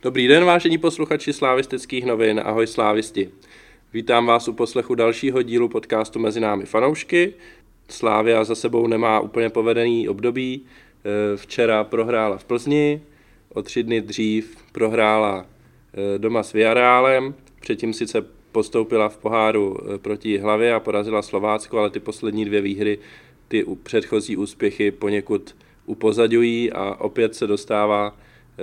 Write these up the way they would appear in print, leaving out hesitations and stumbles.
Dobrý den, vážení posluchači slavistických novin, ahoj slávisti. Vítám vás u poslechu dalšího dílu podcastu Mezi námi fanoušky. Slavia za sebou nemá úplně povedený období. Včera prohrála v Plzni, o 3 dny dřív prohrála doma s Villarrealem, předtím sice postoupila v poháru proti Jihlavě a porazila Slovácko, ale ty poslední 2 výhry, ty předchozí úspěchy poněkud upozaďují a opět se dostává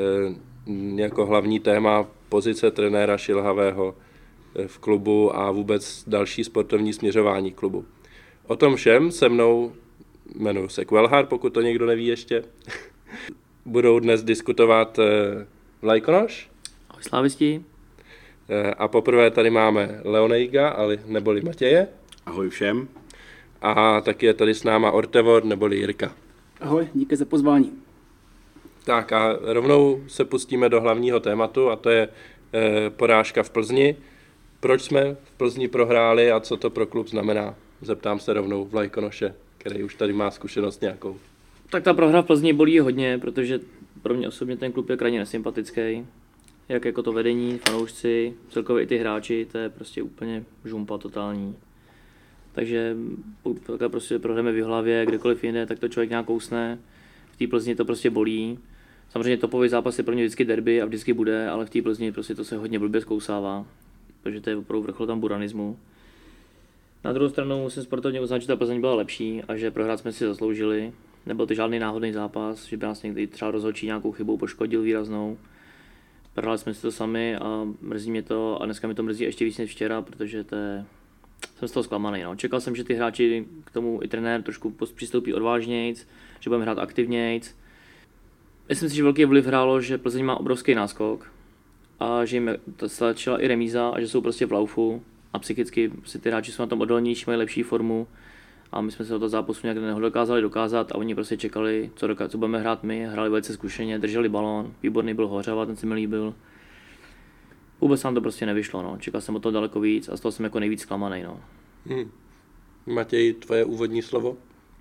jako hlavní téma pozice trenéra šilhavého v klubu a vůbec další sportovní směřování klubu. O tom všem se mnou, jmenuji se Kvelhar, pokud to někdo neví ještě, budou dnes diskutovat Vlajkonoš. Ahoj slávisti. A poprvé tady máme Leonejga, neboli Matěje. Ahoj všem. A taky je tady s náma Ortevor, neboli Jirka. Ahoj, díky za pozvání. Tak a rovnou se pustíme do hlavního tématu a to je porážka v Plzni. Proč jsme v Plzni prohráli a co to pro klub znamená? Zeptám se rovnou Vlajkonoše, který už tady má zkušenost nějakou. Tak ta prohra v Plzni bolí hodně, protože pro mě osobně ten klub je krajně nesympatický. Jak jako to vedení, fanoušci, celkově i ty hráči, to je prostě úplně žumpa totální. Takže pokud prostě prohráme v Jihlavě, kdekoliv jinde, tak to člověk nějak kousne. V té Plzni to prostě bolí. Samozřejmě topový zápas je pro mě vždycky derby a vždycky bude, ale v té Plzni prostě to se hodně blbě zkousává, protože to je opravdu vrchol tam buranismu. Na druhou stranu musím sportovně uznat, že ta Plzeň byla lepší a že prohrát jsme si zasloužili. Nebyl to žádný náhodný zápas, že by nás někdy třeba rozhodčí nějakou chybou poškodil výraznou. Prohráli jsme si to sami a mrzí mě to a dneska mi to mrzí ještě víc než včera, protože jsem z toho zklamaný. No. Čekal jsem, že ty hráči k tomu i trenér trošku přistoupí odvážnějc, že budeme hrát aktivnějc. Myslím si, že velký vliv hrálo, že Plzeň má obrovský náskok a že jim stačila i remíza a že jsou prostě v laufu a psychicky si ty hráči jsou na tom odolnější, mají lepší formu a my jsme se do toho zápasu nějak nedokázali dokázat a oni prostě čekali, co budeme hrát my, hráli velice zkušeně, drželi balón, výborný byl Hořava, ten se mi líbil. Vůbec nám to prostě nevyšlo, no. Čekal jsem o to daleko víc a z toho jsem jako nejvíc zklamaný. No. Matěj, tvoje úvodní slovo?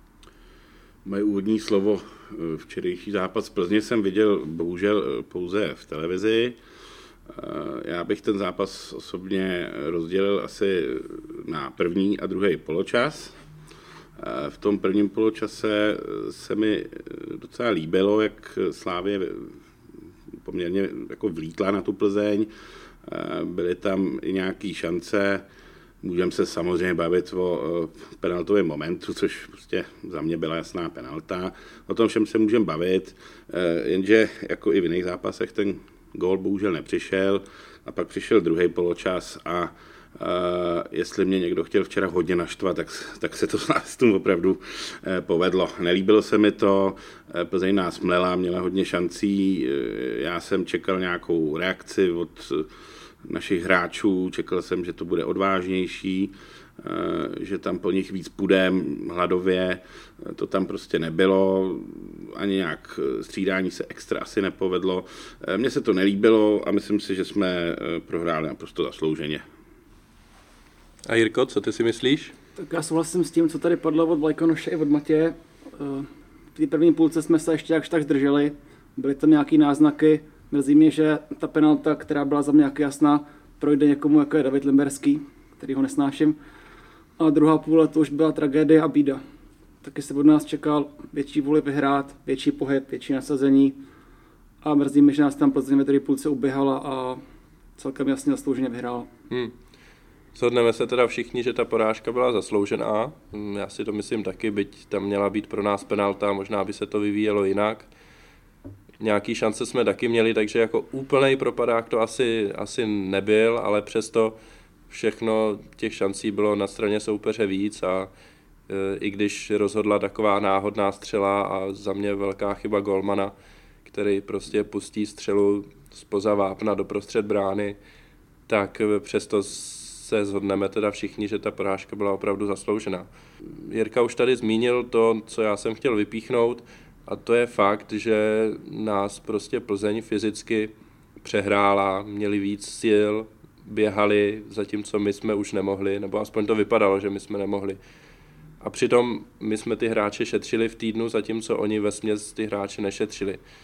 Moje úvodní slovo, včerejší zápas v Plzni jsem viděl bohužel pouze v televizi. Já bych ten zápas osobně rozdělil asi na první a druhý poločas. V tom prvním poločase se mi docela líbilo, jak Slavie poměrně jako vlítla na tu Plzeň. Byly tam i nějaké šance. Můžeme se samozřejmě bavit o penaltovém momentu, což prostě za mě byla jasná penalta. O tom všem se můžeme bavit, jenže jako i v jiných zápasech ten gól bohužel nepřišel a pak přišel druhý poločas a jestli mě někdo chtěl včera hodně naštvat, tak se to s tím opravdu povedlo. Nelíbilo se mi to, Plzeň nás mlela, měla hodně šancí, já jsem čekal nějakou reakci od našich hráčů, čekal jsem, že to bude odvážnější, že tam po nich víc půjdem hladově, to tam prostě nebylo, ani nějak střídání se extra asi nepovedlo. Mně se to nelíbilo a myslím si, že jsme prohráli naprosto zaslouženě. A Jirko, co ty si myslíš? Tak já souhlasím s tím, co tady padlo od Vlajkonoše i od Matěje. V té první půlce jsme se ještě jakž tak zdrželi, byly tam nějaké náznaky. Mrzí mě, že ta penalta, která byla za mě jak jasná, projde někomu, jako je David Limberský, který ho nesnáším. A druhá půle to už byla tragédie a bída. Taky se od nás čekal větší vůli vyhrát, větší pohyb, větší nasazení. A mrzí mě, že nás tam Plzeň ve druhé půlce uběhala a celkem jasně zaslouženě vyhrála. Shodneme se teda všichni, že ta porážka byla zasloužená. Já si to myslím taky, byť tam měla být pro nás penalta, možná by se to vyvíjelo jinak. Nějaký šance jsme taky měli, takže jako úplnej propadák to asi nebyl, ale přesto všechno těch šancí bylo na straně soupeře víc a i když rozhodla taková náhodná střela a za mě velká chyba golmana, který prostě pustí střelu zpoza vápna do prostřed brány, tak přesto se shodneme teda všichni, že ta porážka byla opravdu zasloužená. Jirka už tady zmínil to, co já jsem chtěl vypíchnout, a to je fakt, že nás prostě Plzeň fyzicky přehrála, měli víc sil, běhali, zatímco my jsme už nemohli, nebo aspoň to vypadalo, že my jsme nemohli. A přitom my jsme ty hráče šetřili v týdnu, zatímco oni vesměs ty hráče nešetřili.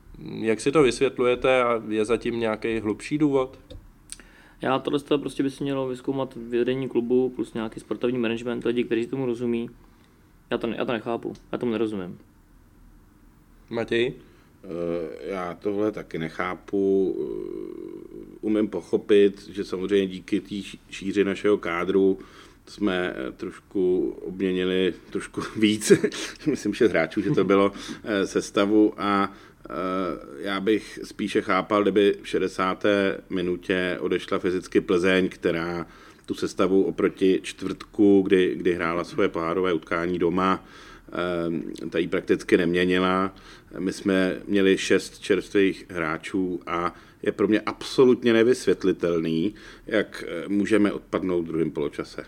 Jak si to vysvětlujete a je zatím nějaký hlubší důvod? Já tohle prostě by si mělo vyzkoumat vedení klubu plus nějaký sportovní management, lidi, kteří tomu rozumí. Já to nechápu, já tomu nerozumím. Matěj? Já tohle taky nechápu. Umím pochopit, že samozřejmě díky té šíři našeho kádru jsme trošku obměnili trošku víc, myslím 6 hráčů, že to bylo sestavu a já bych spíše chápal, kdyby v 60. minutě odešla fyzicky Plzeň, která tu sestavu oproti čtvrtku, kdy hrála svoje pohárové utkání doma, tady prakticky neměnila. My jsme měli 6 čerstvých hráčů a je pro mě absolutně nevysvětlitelný, jak můžeme odpadnout v druhém poločase.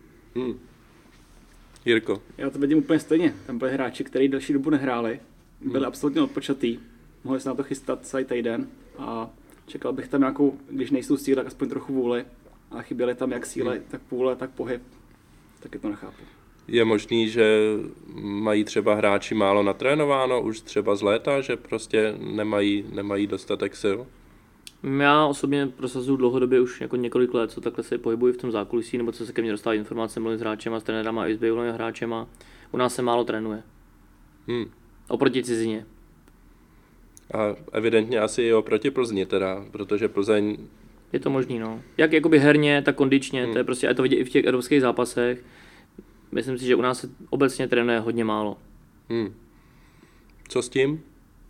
Jirko? Já to vidím úplně stejně. Tam byli hráči, kteří delší dobu nehráli, byli absolutně odpočatý, mohli se na to chystat celý týden a čekal bych tam nějakou, když nejsou síly, tak aspoň trochu vůli a chyběly tam jak síly, tak vůle, tak pohyb. Taky to nechápu. Je možný, že mají třeba hráči málo natrénováno už třeba z léta, že prostě nemají dostatek sil? Já osobně prosazuju dlouhodobě už jako několik let, co takhle se pohybuji v tom zákulisí, nebo co se ke mně dostává informace, mluvím s hráčema, s trenérama i s bývalými hráčema. U nás se málo trénuje. Oproti cizině. A evidentně asi i oproti Plzni teda, protože Plzeň... Je to možný, no. Jak jakoby herně, tak kondičně, to je prostě, a to vidět i v těch evropských zápasech. Myslím si, že u nás se obecně trénuje hodně málo. Co s tím?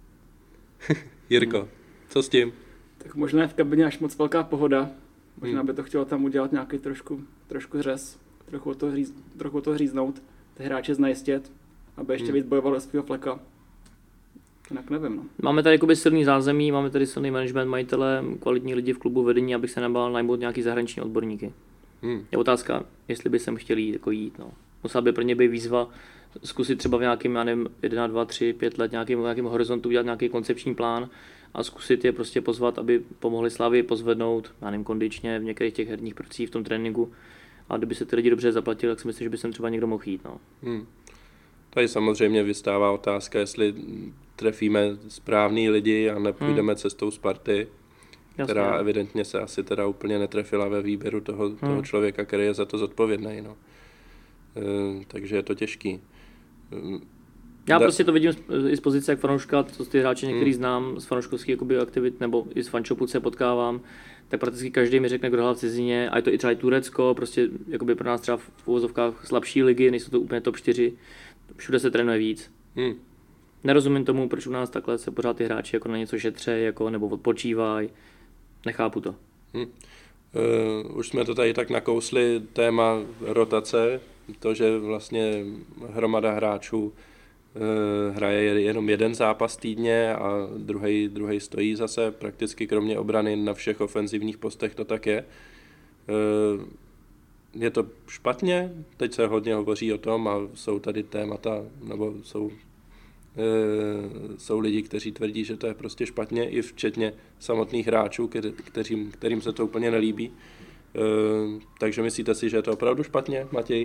Jirko, co s tím? Tak možná je v kabině až moc velká pohoda. Možná by to chtělo tam udělat nějaký trošku řez, trochu to hříznout, ty hráče znajistit, aby ještě víc bojoval do svého fleka. Jinak nevím, no. Máme tady jakoby silný zázemí, máme tady silný management, majitele, kvalitní lidi v klubu vedení, abych se nebál najmout nějaký zahraniční odborníky. Je otázka, jestli by sem chtěli jít, no. Musela by pro ně být výzva zkusit třeba v nějakým, já nevím, 1, 2, 3, 5 let nějakým horizontu udělat nějaký koncepční plán a zkusit je prostě pozvat, aby pomohli Slavii pozvednout, já nevím, kondičně v některých těch herních prvcích v tom tréninku. A kdyby se ty lidi dobře zaplatili, tak si myslím, že by sem třeba někdo mohl jít, no. Tady samozřejmě vystává otázka, jestli trefíme správný lidi a nepůjdeme cestou Sparty, která evidentně se asi teda úplně netrefila ve výběru toho člověka, který je za to zodpovědný. No. Takže je to těžký. Já prostě to vidím i z pozice jak fanouška, co ty hráče některý znám, z fanouškovských aktivit, nebo i z fanshopu se potkávám, tak prakticky každý mi řekne, kdo hrál v cizině, a je to i třeba Turecko, prostě jakoby pro nás třeba v uvozovkách slabší ligy, nejsou to úplně top 4, všude se trénuje víc. Nerozumím tomu, proč u nás takhle se pořád ty hráči jako na něco šetřejí, jako, nebo odpočívají, nechápu to. Už jsme to tady tak nakousli, téma rotace, to, že vlastně hromada hráčů hraje jenom jeden zápas týdně a druhý stojí zase, prakticky kromě obrany na všech ofenzivních postech to tak je. Je to špatně? Teď se hodně hovoří o tom a jsou tady témata, nebo jsou lidi, kteří tvrdí, že to je prostě špatně, i včetně samotných hráčů, kterým se to úplně nelíbí. Takže myslíte si, že je to opravdu špatně, Matěj?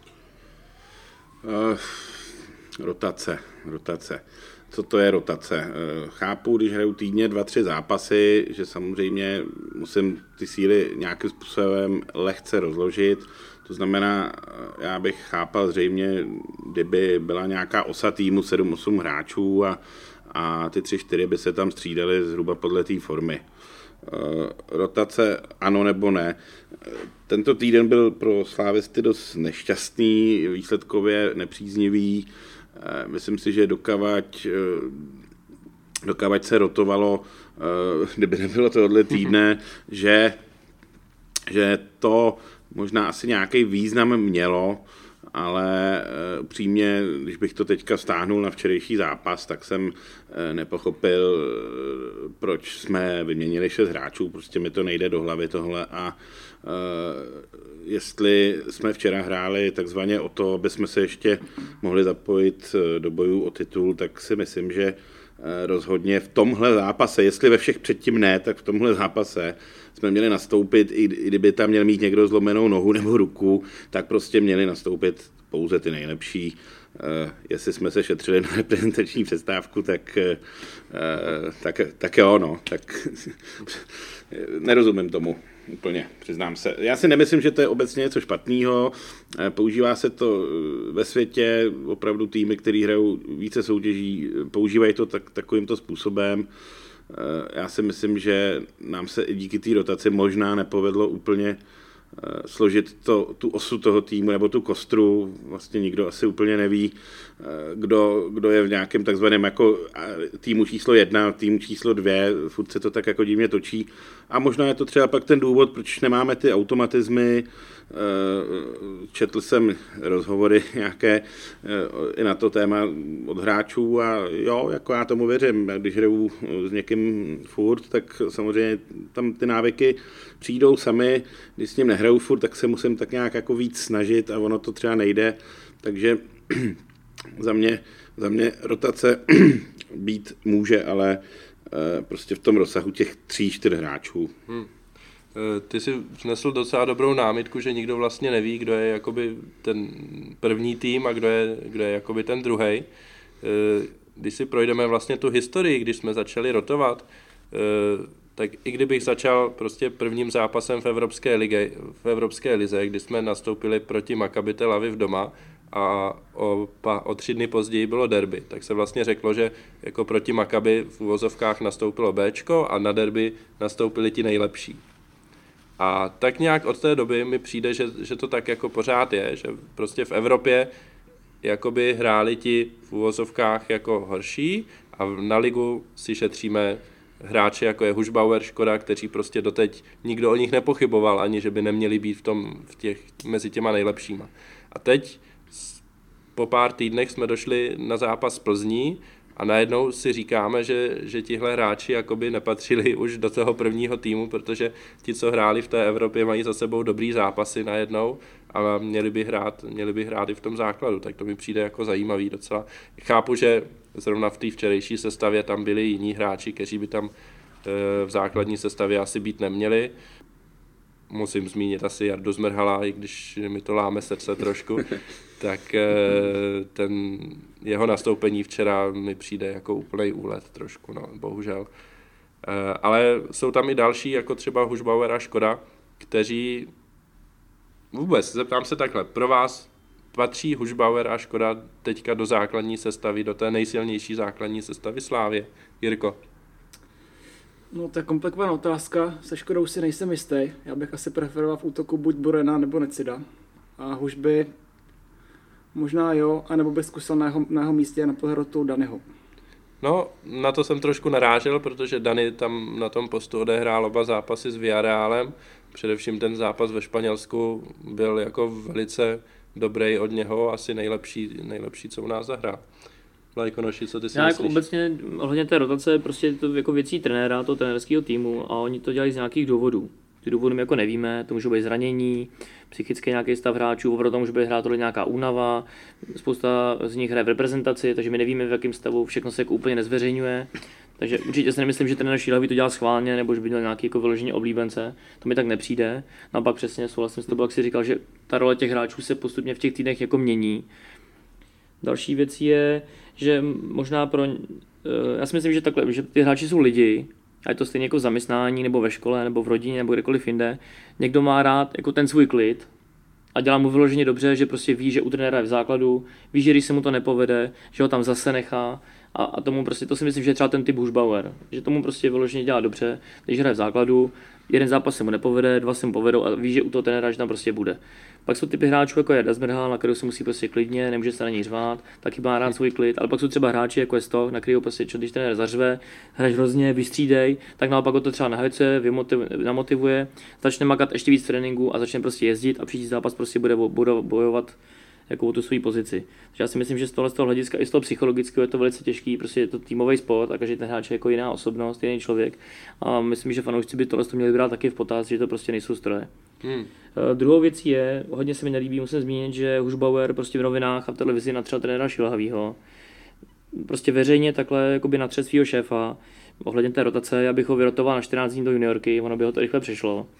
Rotace. Co to je rotace? Chápu, když hraju týdně 2-3 zápasy, že samozřejmě musím ty síly nějakým způsobem lehce rozložit. To znamená, já bych chápal zřejmě, kdyby byla nějaká osa týmu 7-8 hráčů a ty 3-4 by se tam střídali zhruba podle té formy. Rotace ano nebo ne. Tento týden byl pro slávisty dost nešťastný, výsledkově nepříznivý. Myslím si, že dokavať se rotovalo, kdyby nebylo tohle týdne, že to možná asi nějaký význam mělo, ale upřímně, když bych to teďka vztáhnul na včerejší zápas, tak jsem nepochopil, proč jsme vyměnili 6 hráčů, prostě mi to nejde do hlavy tohle a jestli jsme včera hráli takzvaně o to, aby jsme se ještě mohli zapojit do bojů o titul, tak si myslím, že rozhodně v tomhle zápase, jestli ve všech předtím ne, tak v tomhle zápase jsme měli nastoupit, i kdyby tam měl mít někdo zlomenou nohu nebo ruku, tak prostě měli nastoupit pouze ty nejlepší. jestli jsme se šetřili na reprezentační přestávku, tak jo, no. Tak nerozumím tomu úplně, přiznám se. Já si nemyslím, že to je obecně něco špatného. Používá se to ve světě, opravdu týmy, které hrajou více soutěží, používají to takovýmto způsobem. Já si myslím, že nám se i díky té rotaci možná nepovedlo úplně složit tu osu toho týmu nebo tu kostru. Vlastně nikdo asi úplně neví, kdo je v nějakém takzvaném jako týmu číslo 1, týmu číslo 2, furt se to tak jako divně točí. A možná je to třeba pak ten důvod, proč nemáme ty automatizmy. Četl jsem rozhovory nějaké i na to téma od hráčů a jo, jako já tomu věřím. Když hraju s někým furt, tak samozřejmě tam ty návyky přijdou sami. Když s ním nehraju furt, tak se musím tak nějak jako víc snažit a ono to třeba nejde. Takže za mě rotace být může, ale prostě v tom rozsahu těch 3-4 hráčů. Ty si vnesl docela dobrou námitku, že nikdo vlastně neví, kdo je jakoby ten první tým a kdo je jakoby ten druhej. Když si projdeme vlastně tu historii, když jsme začali rotovat, tak i kdybych začal prostě prvním zápasem v Evropské lize, kdy jsme nastoupili proti Maccabi Tel Aviv doma a o 3 dny později bylo derby, tak se vlastně řeklo, že jako proti Maccabi v uvozovkách nastoupilo Bčko a na derby nastoupili ti nejlepší. A tak nějak od té doby mi přijde, že to tak jako pořád je, že prostě v Evropě jakoby hráli ti v uvozovkách jako horší a na ligu si šetříme hráče jako je Hušbauer, Škoda, kteří prostě doteď nikdo o nich nepochyboval, ani že by neměli být mezi těma nejlepšíma. A teď po pár týdnech jsme došli na zápas z Plzní a najednou si říkáme, že tihle hráči jakoby nepatřili už do toho prvního týmu, protože ti, co hráli v té Evropě, mají za sebou dobrý zápasy najednou a měli by hrát i v tom základu, tak to mi přijde jako zajímavý docela. Chápu, že zrovna v té včerejší sestavě tam byli jiní hráči, kteří by tam v základní sestavě asi být neměli. Musím zmínit asi Jardu Zmrhala, i když mi to láme srdce trošku, tak ten jeho nastoupení včera mi přijde jako úplný úlet trošku, no, bohužel. Ale jsou tam i další, jako třeba Hušbauer a Škoda, kteří vůbec, zeptám se takhle, pro vás patří Hušbauer a Škoda teďka do základní sestavy, do té nejsilnější základní sestavy Slávie? Jirko? No to je komplikovaná otázka, se Škodou si nejsem jistý. Já bych asi preferoval v útoku buď Borena nebo Necida. A Hušby možná jo, anebo bych zkusil na jeho místě na pohrotu Danyho. No, na to jsem trošku narážel, protože Dany tam na tom postu odehrál oba zápasy s Villarrealem. Především ten zápas ve Španělsku byl jako velice dobrý od něho, asi nejlepší, co u nás zahrál. Lajkonoši, co ty si myslíš? Jako obecně ohledně té rotace prostě je to jako věcí trenéra, toho trenérského týmu a oni to dělají z nějakých důvodů. Ty důvody my jako nevíme, to může být zranění, psychický nějaký stav hráčů, opravdu to může být hrát nějaká únava, spousta z nich hraje v reprezentaci, takže my nevíme, v jakém stavu, všechno se jako úplně nezveřejňuje. Takže určitě si nemyslím, že trenér Šílehavý to dělal schválně, nebo že by měl nějaký jako vyloženě oblíbence, to mi tak nepřijde. Naopak přesně souhlasím s tebou, jak si říkal, že ta role těch hráčů se postupně v těch týdnech jako mění. Další věc je, že možná já si myslím, že takhle, že ty hráči jsou lidi, ať to stejně jako v zaměstnání, nebo ve škole, nebo v rodině, nebo kdekoliv jinde. Někdo má rád jako ten svůj klid a dělá mu vyloženě dobře, že prostě ví, že u trenéra je v základu, ví, že když se mu to nepovede, že ho tam zase nechá a tomu prostě, to si myslím, že je třeba ten typ Hušbauer, že tomu prostě vyloženě dělá dobře, když hraje v základu, jeden zápas se mu nepovede, 2 se mu povedou a ví, že u toho trenéra, že tam prostě bude. Pak jsou typy hráčů jako je Jarda Zmrhal, na kterou se musí prostě klidně, nemůže se na něj řvát, taky má rád svůj klid, ale pak jsou třeba hráči jako je Stoch, na kterého prostě, když trenér zařve, hraješ hrozně, vystřídej, tak naopak ho to třeba nahajce, namotivuje, začne makat ještě víc tréninku a začne prostě jezdit a příští zápas prostě bude bojovat jako o tu svou pozici. Takže já si myslím, že z toho hlediska i z toho psychologického je to velice těžký, prostě je to týmový sport a každý ten hráč je jako jiná osobnost, jiný člověk. A myslím, že fanoušci by tohle měli brát taky v potaz, že to prostě nejsou stroje. Druhou věcí je, hodně se mi nelíbí, musím zmínit, že Hušbauer prostě v novinách a v televizi natřel trenéra Šilhavýho. Prostě veřejně takhle jakoby natřel svýho šéfa ohledně té rotace, já bych ho vyrotoval na 14 dní do juniorky, ono by ho to rychle přešlo.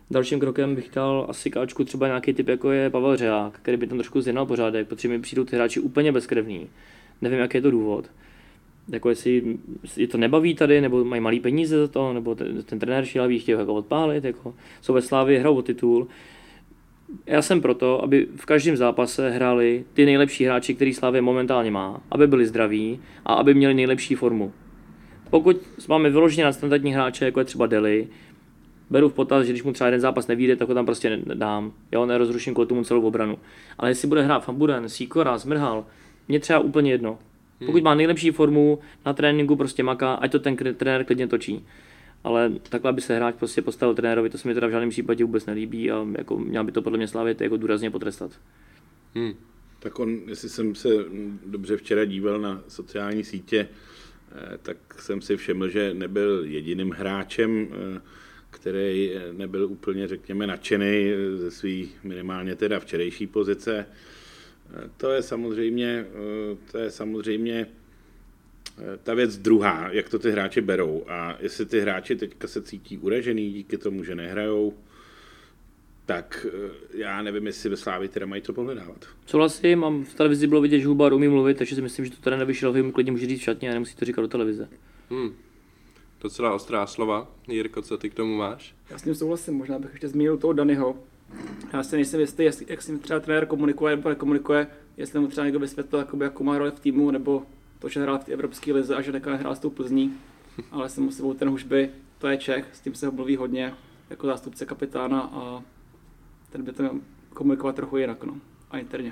Dalším krokem bych dal asi káčku třeba nějaký typ, jako je Pavel Řeák, který by tam trošku zjednal pořádek, protože mi přijdou ty hráči úplně bezkrevní. Nevím, jaký je to důvod. Jako jestli je to nebaví tady, nebo mají malý peníze za to, nebo ten trenér šílavý chtěl jako odpálit, jako jsou ve Slávii, hrajou o titul. Já jsem proto, aby v každém zápase hráli ty nejlepší hráči, který Slavia momentálně má, aby byli zdraví a aby měli nejlepší formu. Pokud máme vyloženě na standardní hráče, jako je třeba Deli, beru v potaz, že když mu třeba jeden zápas nevyjde, tak ho tam prostě nedám. Jo, nerozruším kvůli tomu celou obranu. Ale jestli bude hrát Famburen, Sýkora, Smrhal, mě třeba úplně jedno. Pokud má nejlepší formu, na tréninku prostě maká, ať to ten trenér klidně točí. Ale takhle by se hráč prostě postavil trenérovi, to se mi teda v žádném případě vůbec nelíbí a jako měl by to podle mě Slavia jako důrazně potrestat. Tak on, jestli jsem se dobře včera díval na sociální sítě, tak jsem si všiml, že nebyl jediným hráčem, který nebyl úplně, řekněme, nadšený ze svý minimálně teda včerejší pozice. To je samozřejmě ta věc druhá, jak to ty hráči berou a jestli ty hráči teďka se cítí uražený díky tomu, že nehrajou, tak já nevím, jestli ve Slávii teda mají to pohledávat. Souhlasím, mám v televizi bylo vidět, že Hubar umí mluvit, takže si myslím, že to teda nevyšel, vy mu klidně může říct v šatně a nemusí to říkat do televize. Docela ostrá slova. Jirko, co ty k tomu máš? Já s tím souhlasím, možná bych ještě zmínil toho Danyho. Já si nejsem jistý, jak s ním třeba trenér komunikuje nebo nekomunikuje, jestli mu třeba někdo vysvětlil, jakou má roli v týmu, nebo to, že hrál v té evropské lize a že nehrál s tou Plzní. Ale jsem sebou ten Hušby, to je Čech, s tím se ho mluví hodně jako zástupce kapitána a ten by to měl komunikovat trochu jinak, no, a interně.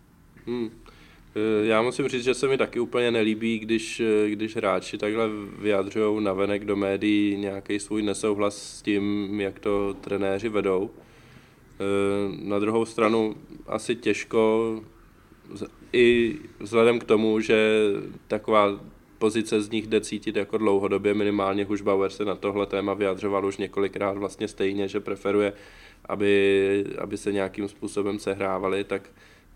Já musím říct, že se mi taky úplně nelíbí, když hráči takhle vyjadřují navenek do médií nějaký svůj nesouhlas s tím, jak to trenéři vedou. Na druhou stranu asi těžko, i vzhledem k tomu, že taková pozice z nich jde cítit jako dlouhodobě, minimálně Hušbauer se na tohle téma vyjadřoval už několikrát vlastně stejně, že preferuje, aby se nějakým způsobem sehrávali, tak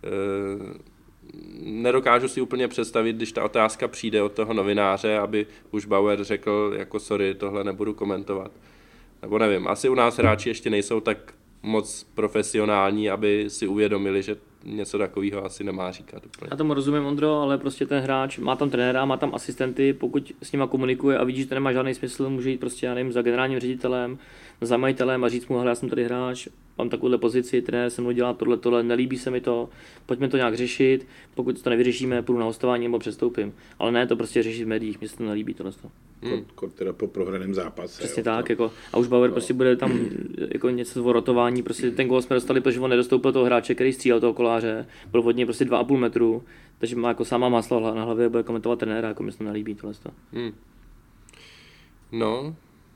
nedokážu si úplně představit, když ta otázka přijde od toho novináře, aby Hušbauer řekl, jako sorry, tohle nebudu komentovat. Nebo nevím, asi u nás hráči ještě nejsou tak moc profesionální, aby si uvědomili, že něco takového asi nemá říkat úplně. Já tomu rozumím, Ondro, ale prostě ten hráč má tam trenéra, má tam asistenty, pokud s nima komunikuje a vidí, že to nemá žádný smysl, může jít prostě, já nevím, za generálním ředitelem, za majitelem a říct mu, hele, já jsem tady hráč, mám takovouhle pozici, trenér se mnou dělá tohle, nelíbí se mi to, pojďme to nějak řešit, pokud to nevyřešíme, půjdu na hostování nebo přestoupím. Ale ne to prostě řešit v médiích, mně se to nelíbí tohle. Teda po prohraném zápase. Přesně tak, jako, a už Bauer prostě bude tam jako něco o rotování, prostě ten gól jsme dostali, protože on nedostoupil toho hráče, který střílel toho koláře, byl od něj prostě 2,5 metru, takže má jako sama máslo na hlavě, bude komentovat trenéra, jako mi se to nelíbí tohle. No.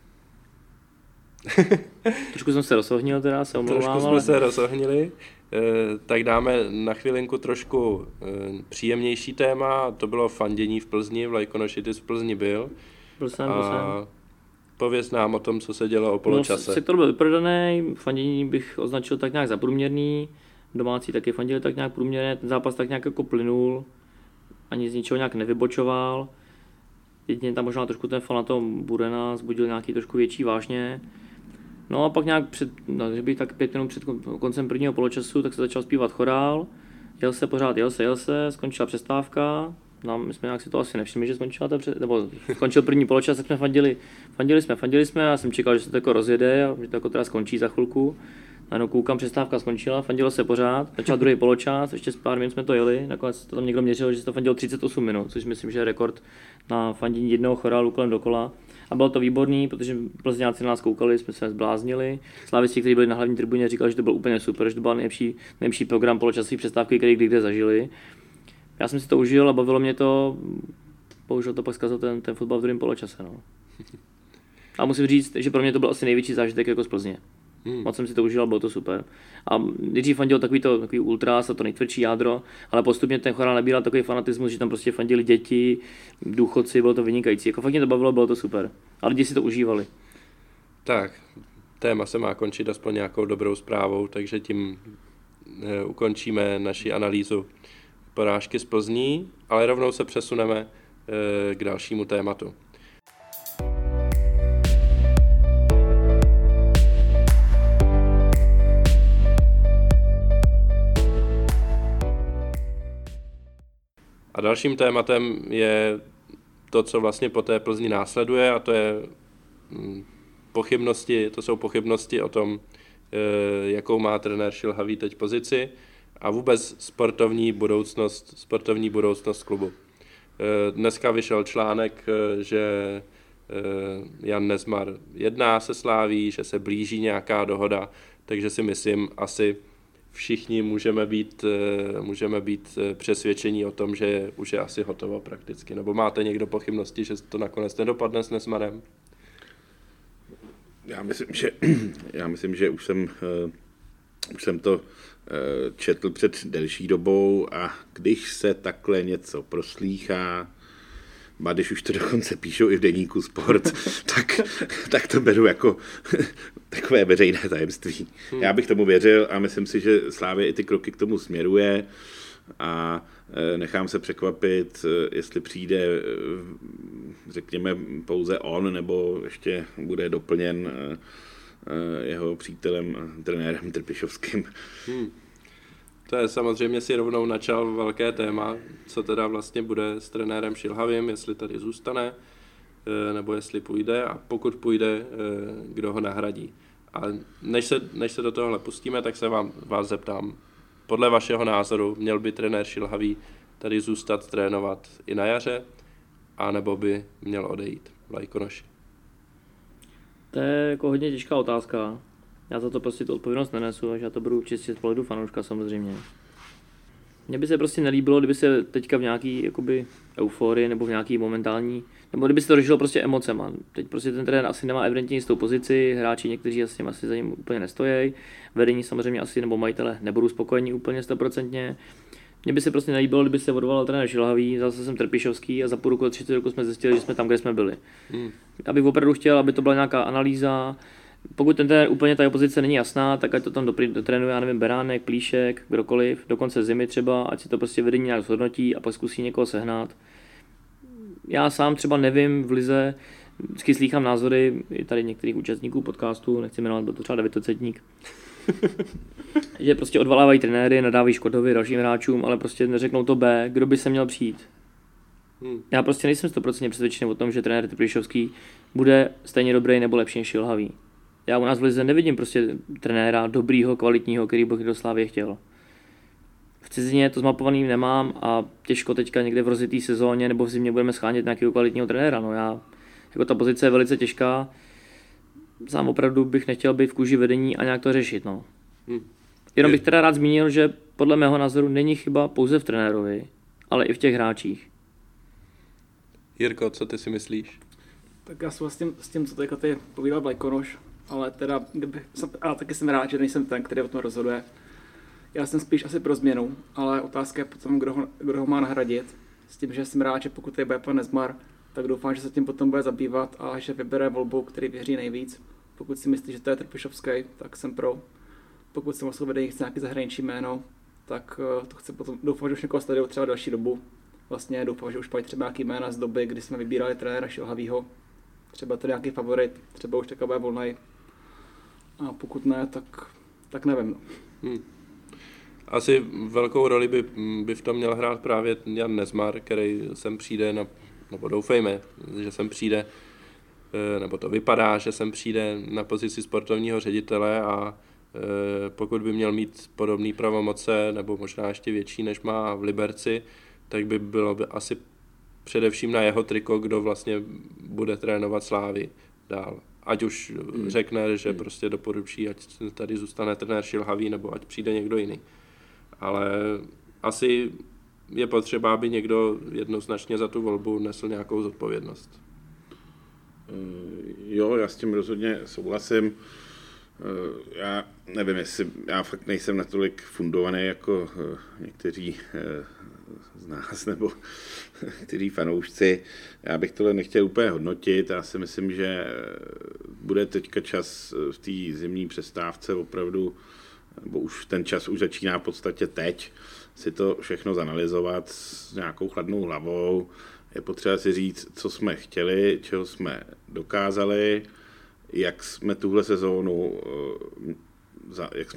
Trošku jsem se rozohnil teda, se omlouvám. Trošku jsme se rozohnili, tak dáme na chvilinku trošku příjemnější téma, to bylo fandění v Plzni, Vlajkonošitis v Plzni byl. Byl jsem. Pověz nám o tom, co se dělo o poločase. Sektor byl vyprodaný, fandění bych označil tak nějak za průměrný, domácí taky fandili tak nějak průměrně, ten zápas tak nějak jako plynul, ani z ničeho nějak nevybočoval. Jedině tam možná trošku ten fan na tom Burena zbudil nějaký trošku větší vášně. No a pak nějak tak 5 minut před koncem prvního poločasu, tak se začal zpívat chorál, jel se, skončila přestávka. No, my jsme nějak si to asi nevšimli, že skončil první poločas, tak jsme fandili jsme a já jsem čekal, že se to jako rozjede a že to jako teda skončí za chvilku. Najednou koukám, přestávka skončila, fandilo se pořád, začal druhý poločas, ještě s pár minut jsme to jeli, nakonec to tam někdo měřil, že se to fandilo 38 minut, což myslím, že je rekord na fandění jednoho chorálu kolem dokola. A bylo to výborný, protože Plzňáci na nás koukali, jsme se zbláznili. Slávisti, kteří byli na hlavní tribuně, říkali, že to byl úplně super, že to byl nejlepší program poločasové přestávky, který kdy zažili. Já jsem si to užil a bavilo mě to, bohužel to pak zkazil ten fotbal v druhém poločase. No. A musím říct, že pro mě to byl asi největší zážitek jako z Plzně. Moc jsem si to užil a bylo to super. A nejdřív fandil takový ultras a to nejtvrdší jádro, ale postupně ten chorál nabíral takový fanatismus, že tam prostě fandili děti, důchodci, bylo to vynikající. Jako fakt mě to bavilo, bylo to super. A lidi si to užívali. Tak, téma se má končit aspoň nějakou dobrou zprávou, takže tím ukončíme naši analýzu porážky z Plzní, ale rovnou se přesuneme k dalšímu tématu. dalším tématem je to, co vlastně po té Plzni následuje, a to je jsou pochybnosti o tom, jakou má trenér Šilhavý teď pozici a vůbec sportovní budoucnost klubu. Dneska vyšel článek, že Jan Nezmar jedná se Slaví, že se blíží nějaká dohoda, takže si myslím, asi všichni můžeme být přesvědčení o tom, že už je asi hotovo prakticky. Nebo máte někdo pochybnosti, že to nakonec nedopadne s Nezmarem? Já myslím, že už jsem to četl před delší dobou a když se takhle něco proslýchá, a když už to dokonce píšou i v deníku Sport, tak to beru jako takové veřejné tajemství. Já bych tomu věřil a myslím si, že Slavia i ty kroky k tomu směruje a nechám se překvapit, jestli přijde, řekněme, pouze on, nebo ještě bude doplněn jeho přítelem, trenérem Trpišovským. To je samozřejmě si rovnou načal velké téma, co teda vlastně bude s trenérem Šilhavým, jestli tady zůstane, nebo jestli půjde a pokud půjde, kdo ho nahradí. A než se do tohohle pustíme, tak se vás zeptám, podle vašeho názoru měl by trenér Šilhavý tady zůstat trénovat i na jaře, anebo by měl odejít v Lajkonoši? To je jako hodně těžká otázka. Já za to prostě tu odpovědnost nenesu, takže já to budu čistě z pohledu fanouška samozřejmě. Mně by se prostě nelíbilo, kdyby se teďka v nějaký jakoby euforii nebo v nějaký momentální, nebo kdyby se to řešilo prostě emocema. Teď prostě ten trenér asi nemá evidentně jistou pozici, hráči někteří asi za ním úplně nestojí, vedení samozřejmě asi nebo majitele nebudou spokojení úplně 100%. Mně by se prostě nelíbilo, kdyby se odvolal trenér Šilhavý, zase jsem Trpišovský a za půl roku, 30 roku jsme zjistili, že jsme tam, kde jsme byli. Já bych opravdu chtěl, aby to byla nějaká analýza. Pokud ten trenér úplně ta pozice není jasná, tak ať to tam dotrénuje, já nevím, Beránek, Plíšek, kdokoliv, do konce zimy třeba, ať si to prostě vedení nějak zhodnotí a pak zkusí někoho sehnat. Já sám třeba nevím v lize, vždycky slýchám názory i tady některých účastníků podcastu, nechci jmenovat, byl to třeba David Tocetník, že prostě odvolávají trenéry, nadávají Škodovi, dalším hráčům, ale prostě neřeknou to B, kdo by se měl přijít. Já prostě nejsem 100% přesvědčený o tom, že trenér Trpišovský bude stejně dobrý nebo lepší než Šilhavý. Já u nás v lize nevidím prostě trenéra dobrýho, kvalitního, který bych do Slavie chtěl. V cizině to zmapovaný nemám a těžko teďka někde v rozjetý sezóně nebo v zimě budeme schánět nějakého kvalitního trenéra. No jako ta pozice je velice těžká. Sám opravdu bych nechtěl být v kůži vedení a nějak to řešit. No. Jenom bych teda rád zmínil, že podle mého názoru není chyba pouze v trenérovi, ale i v těch hráčích. Jirko, co ty si myslíš? Tak já souhlasím s tím, co teďka ty povídal Vlajkonoš, ale teda, taky jsem rád, že nejsem ten, který o tom rozhoduje. Já jsem spíš asi pro změnu, ale otázka je potom, kdo ho má nahradit. S tím, že jsem rád, že pokud je bude pan Nezmar, tak doufám, že se tím potom bude zabývat a že vybere volbu, který věří nejvíc. Pokud si myslí, že to je Trpišovský, tak jsem pro. Pokud jsem vlastně vedení chce nějaký zahraniční jméno, tak to chce potom, doufám, že už někoho sledují třeba další dobu. Vlastně doufám, že už mají třeba nějaký jména z doby, kdy jsme vybírali trenéra Šilhavýho. Třeba to nějaký favorit, třeba už takový volnej. A pokud ne, tak nevím. Asi velkou roli by v tom měl hrát právě Jan Nezmar, který sem přijde, nebo doufejme, že sem přijde, nebo to vypadá, že sem přijde na pozici sportovního ředitele a pokud by měl mít podobné pravomoce, nebo možná ještě větší, než má v Liberci, tak by bylo asi především na jeho triko, kdo vlastně bude trénovat Slávy dál. Ať už řekne, že prostě doporučí, ať tady zůstane trenér Šilhavý, nebo ať přijde někdo jiný. Ale asi je potřeba, aby někdo jednoznačně za tu volbu nesl nějakou zodpovědnost. Jo, já s tím rozhodně souhlasím. Já nevím, já fakt nejsem natolik fundovaný jako někteří z nás nebo kteří fanoušci. Já bych tohle nechtěl úplně hodnotit. Já si myslím, že bude teďka čas v té zimní přestávce opravdu, nebo už ten čas už začíná v podstatě teď, si to všechno zanalyzovat s nějakou chladnou hlavou. Je potřeba si říct, co jsme chtěli, čeho jsme dokázali, jak jsme tuhle sezónu,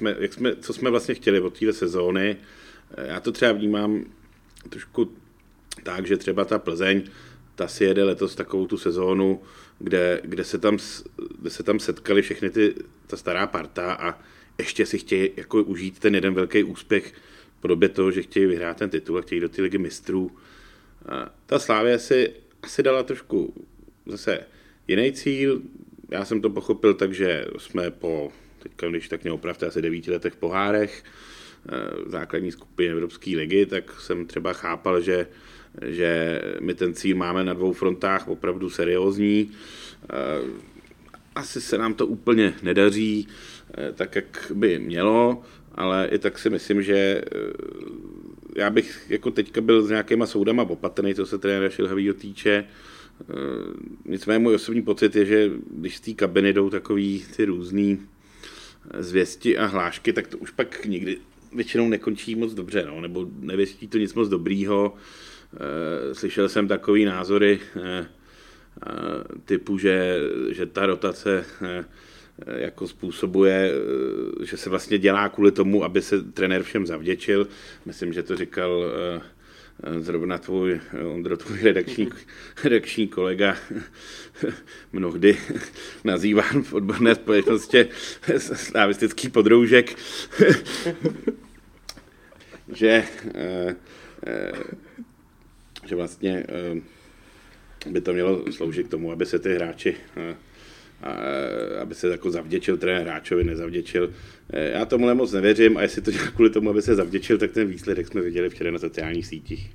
co jsme vlastně chtěli od téhle sezóny. Já to třeba vnímám trošku Takže třeba ta Plzeň, ta si jede letos takovou tu sezónu, kde se tam setkali všechny ta stará parta a ještě si chtějí jako užít ten jeden velký úspěch v podobě toho, že chtějí vyhrát ten titul a chtějí do té ligy mistrů. A ta Slavia si asi dala trošku zase jiný cíl. Já jsem to pochopil tak, že jsme po, teďka když tak mě opravte, asi 9 letech v pohárech, v základní skupině Evropské ligy, tak jsem třeba chápal, že my ten cíl máme na 2 frontách opravdu seriózní. Asi se nám to úplně nedaří tak, jak by mělo, ale i tak si myslím, že já bych jako teďka byl s nějakýma soudama opatrný, co se trenéra Šilhavýho týče. Nicméně můj osobní pocit je, že když z té kabiny jdou takový ty různý zvěsti a hlášky, tak to už pak nikdy většinou nekončí moc dobře, no, nebo nevěstí to nic moc dobrýho. Slyšel jsem takový názory typu, že ta rotace jako způsobuje, že se vlastně dělá kvůli tomu, aby se trenér všem zavděčil. Myslím, že to říkal zrovna tvůj redakční kolega, mnohdy nazýván v odborné společnosti slavistický podroužek, že vlastně by to mělo sloužit k tomu, aby se ty hráči, aby se jako zavděčil trenér hráčovi, nezavděčil. Já tomu moc nevěřím a jestli to dělá kvůli tomu, aby se zavděčil, tak ten výsledek jsme viděli včera na sociálních sítích.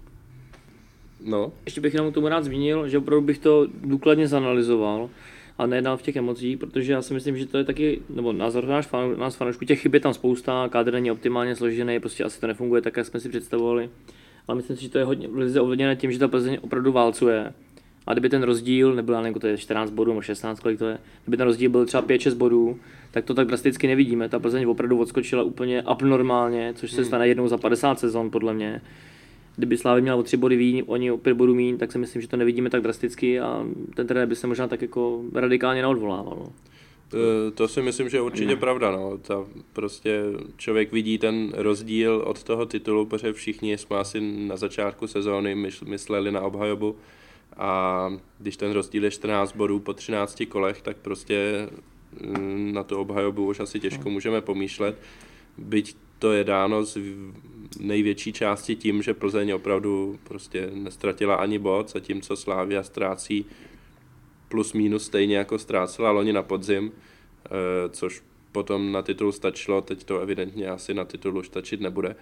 No. Ještě bych jenom tomu rád zmínil, že opravdu bych to důkladně zanalyzoval a nejednal v těch emocích, protože já si myslím, že to je taky, nebo názor nás fanoušků, těch chyb je tam spousta, kádr není optimálně složený, prostě asi to nefunguje tak, jak jsme si představovali. Ale myslím si, že to je hodně ovlivněné tím, že ta Plzeň opravdu válcuje. A kdyby ten rozdíl nebyl, nevím, to je 14 bodů nebo 16, kolik to je, kdyby ten rozdíl byl třeba 5-6 bodů, tak to tak drasticky nevidíme. Ta Plzeň opravdu odskočila úplně abnormálně, což se stane jednou za 50 sezon podle mě. Kdyby Slavia měla o 3 body víc, oni o 5 bodů míň, tak si myslím, že to nevidíme tak drasticky a ten trenér by se možná tak jako radikálně neodvolával. To si myslím, že je určitě pravda. No. Prostě člověk vidí ten rozdíl od toho titulu, protože všichni jsme asi na začátku sezóny mysleli na obhajobu a když ten rozdíl je 14 bodů po 13 kolech, tak prostě na tu obhajobu už asi těžko můžeme pomýšlet. Byť to je dáno z největší části tím, že Plzeň opravdu prostě nestratila ani bod, zatímco Slavia ztrácí plus minus stejně jako ztrácela loni na podzim, což potom na titul stačilo, teď to evidentně asi na titul už stačit nebude.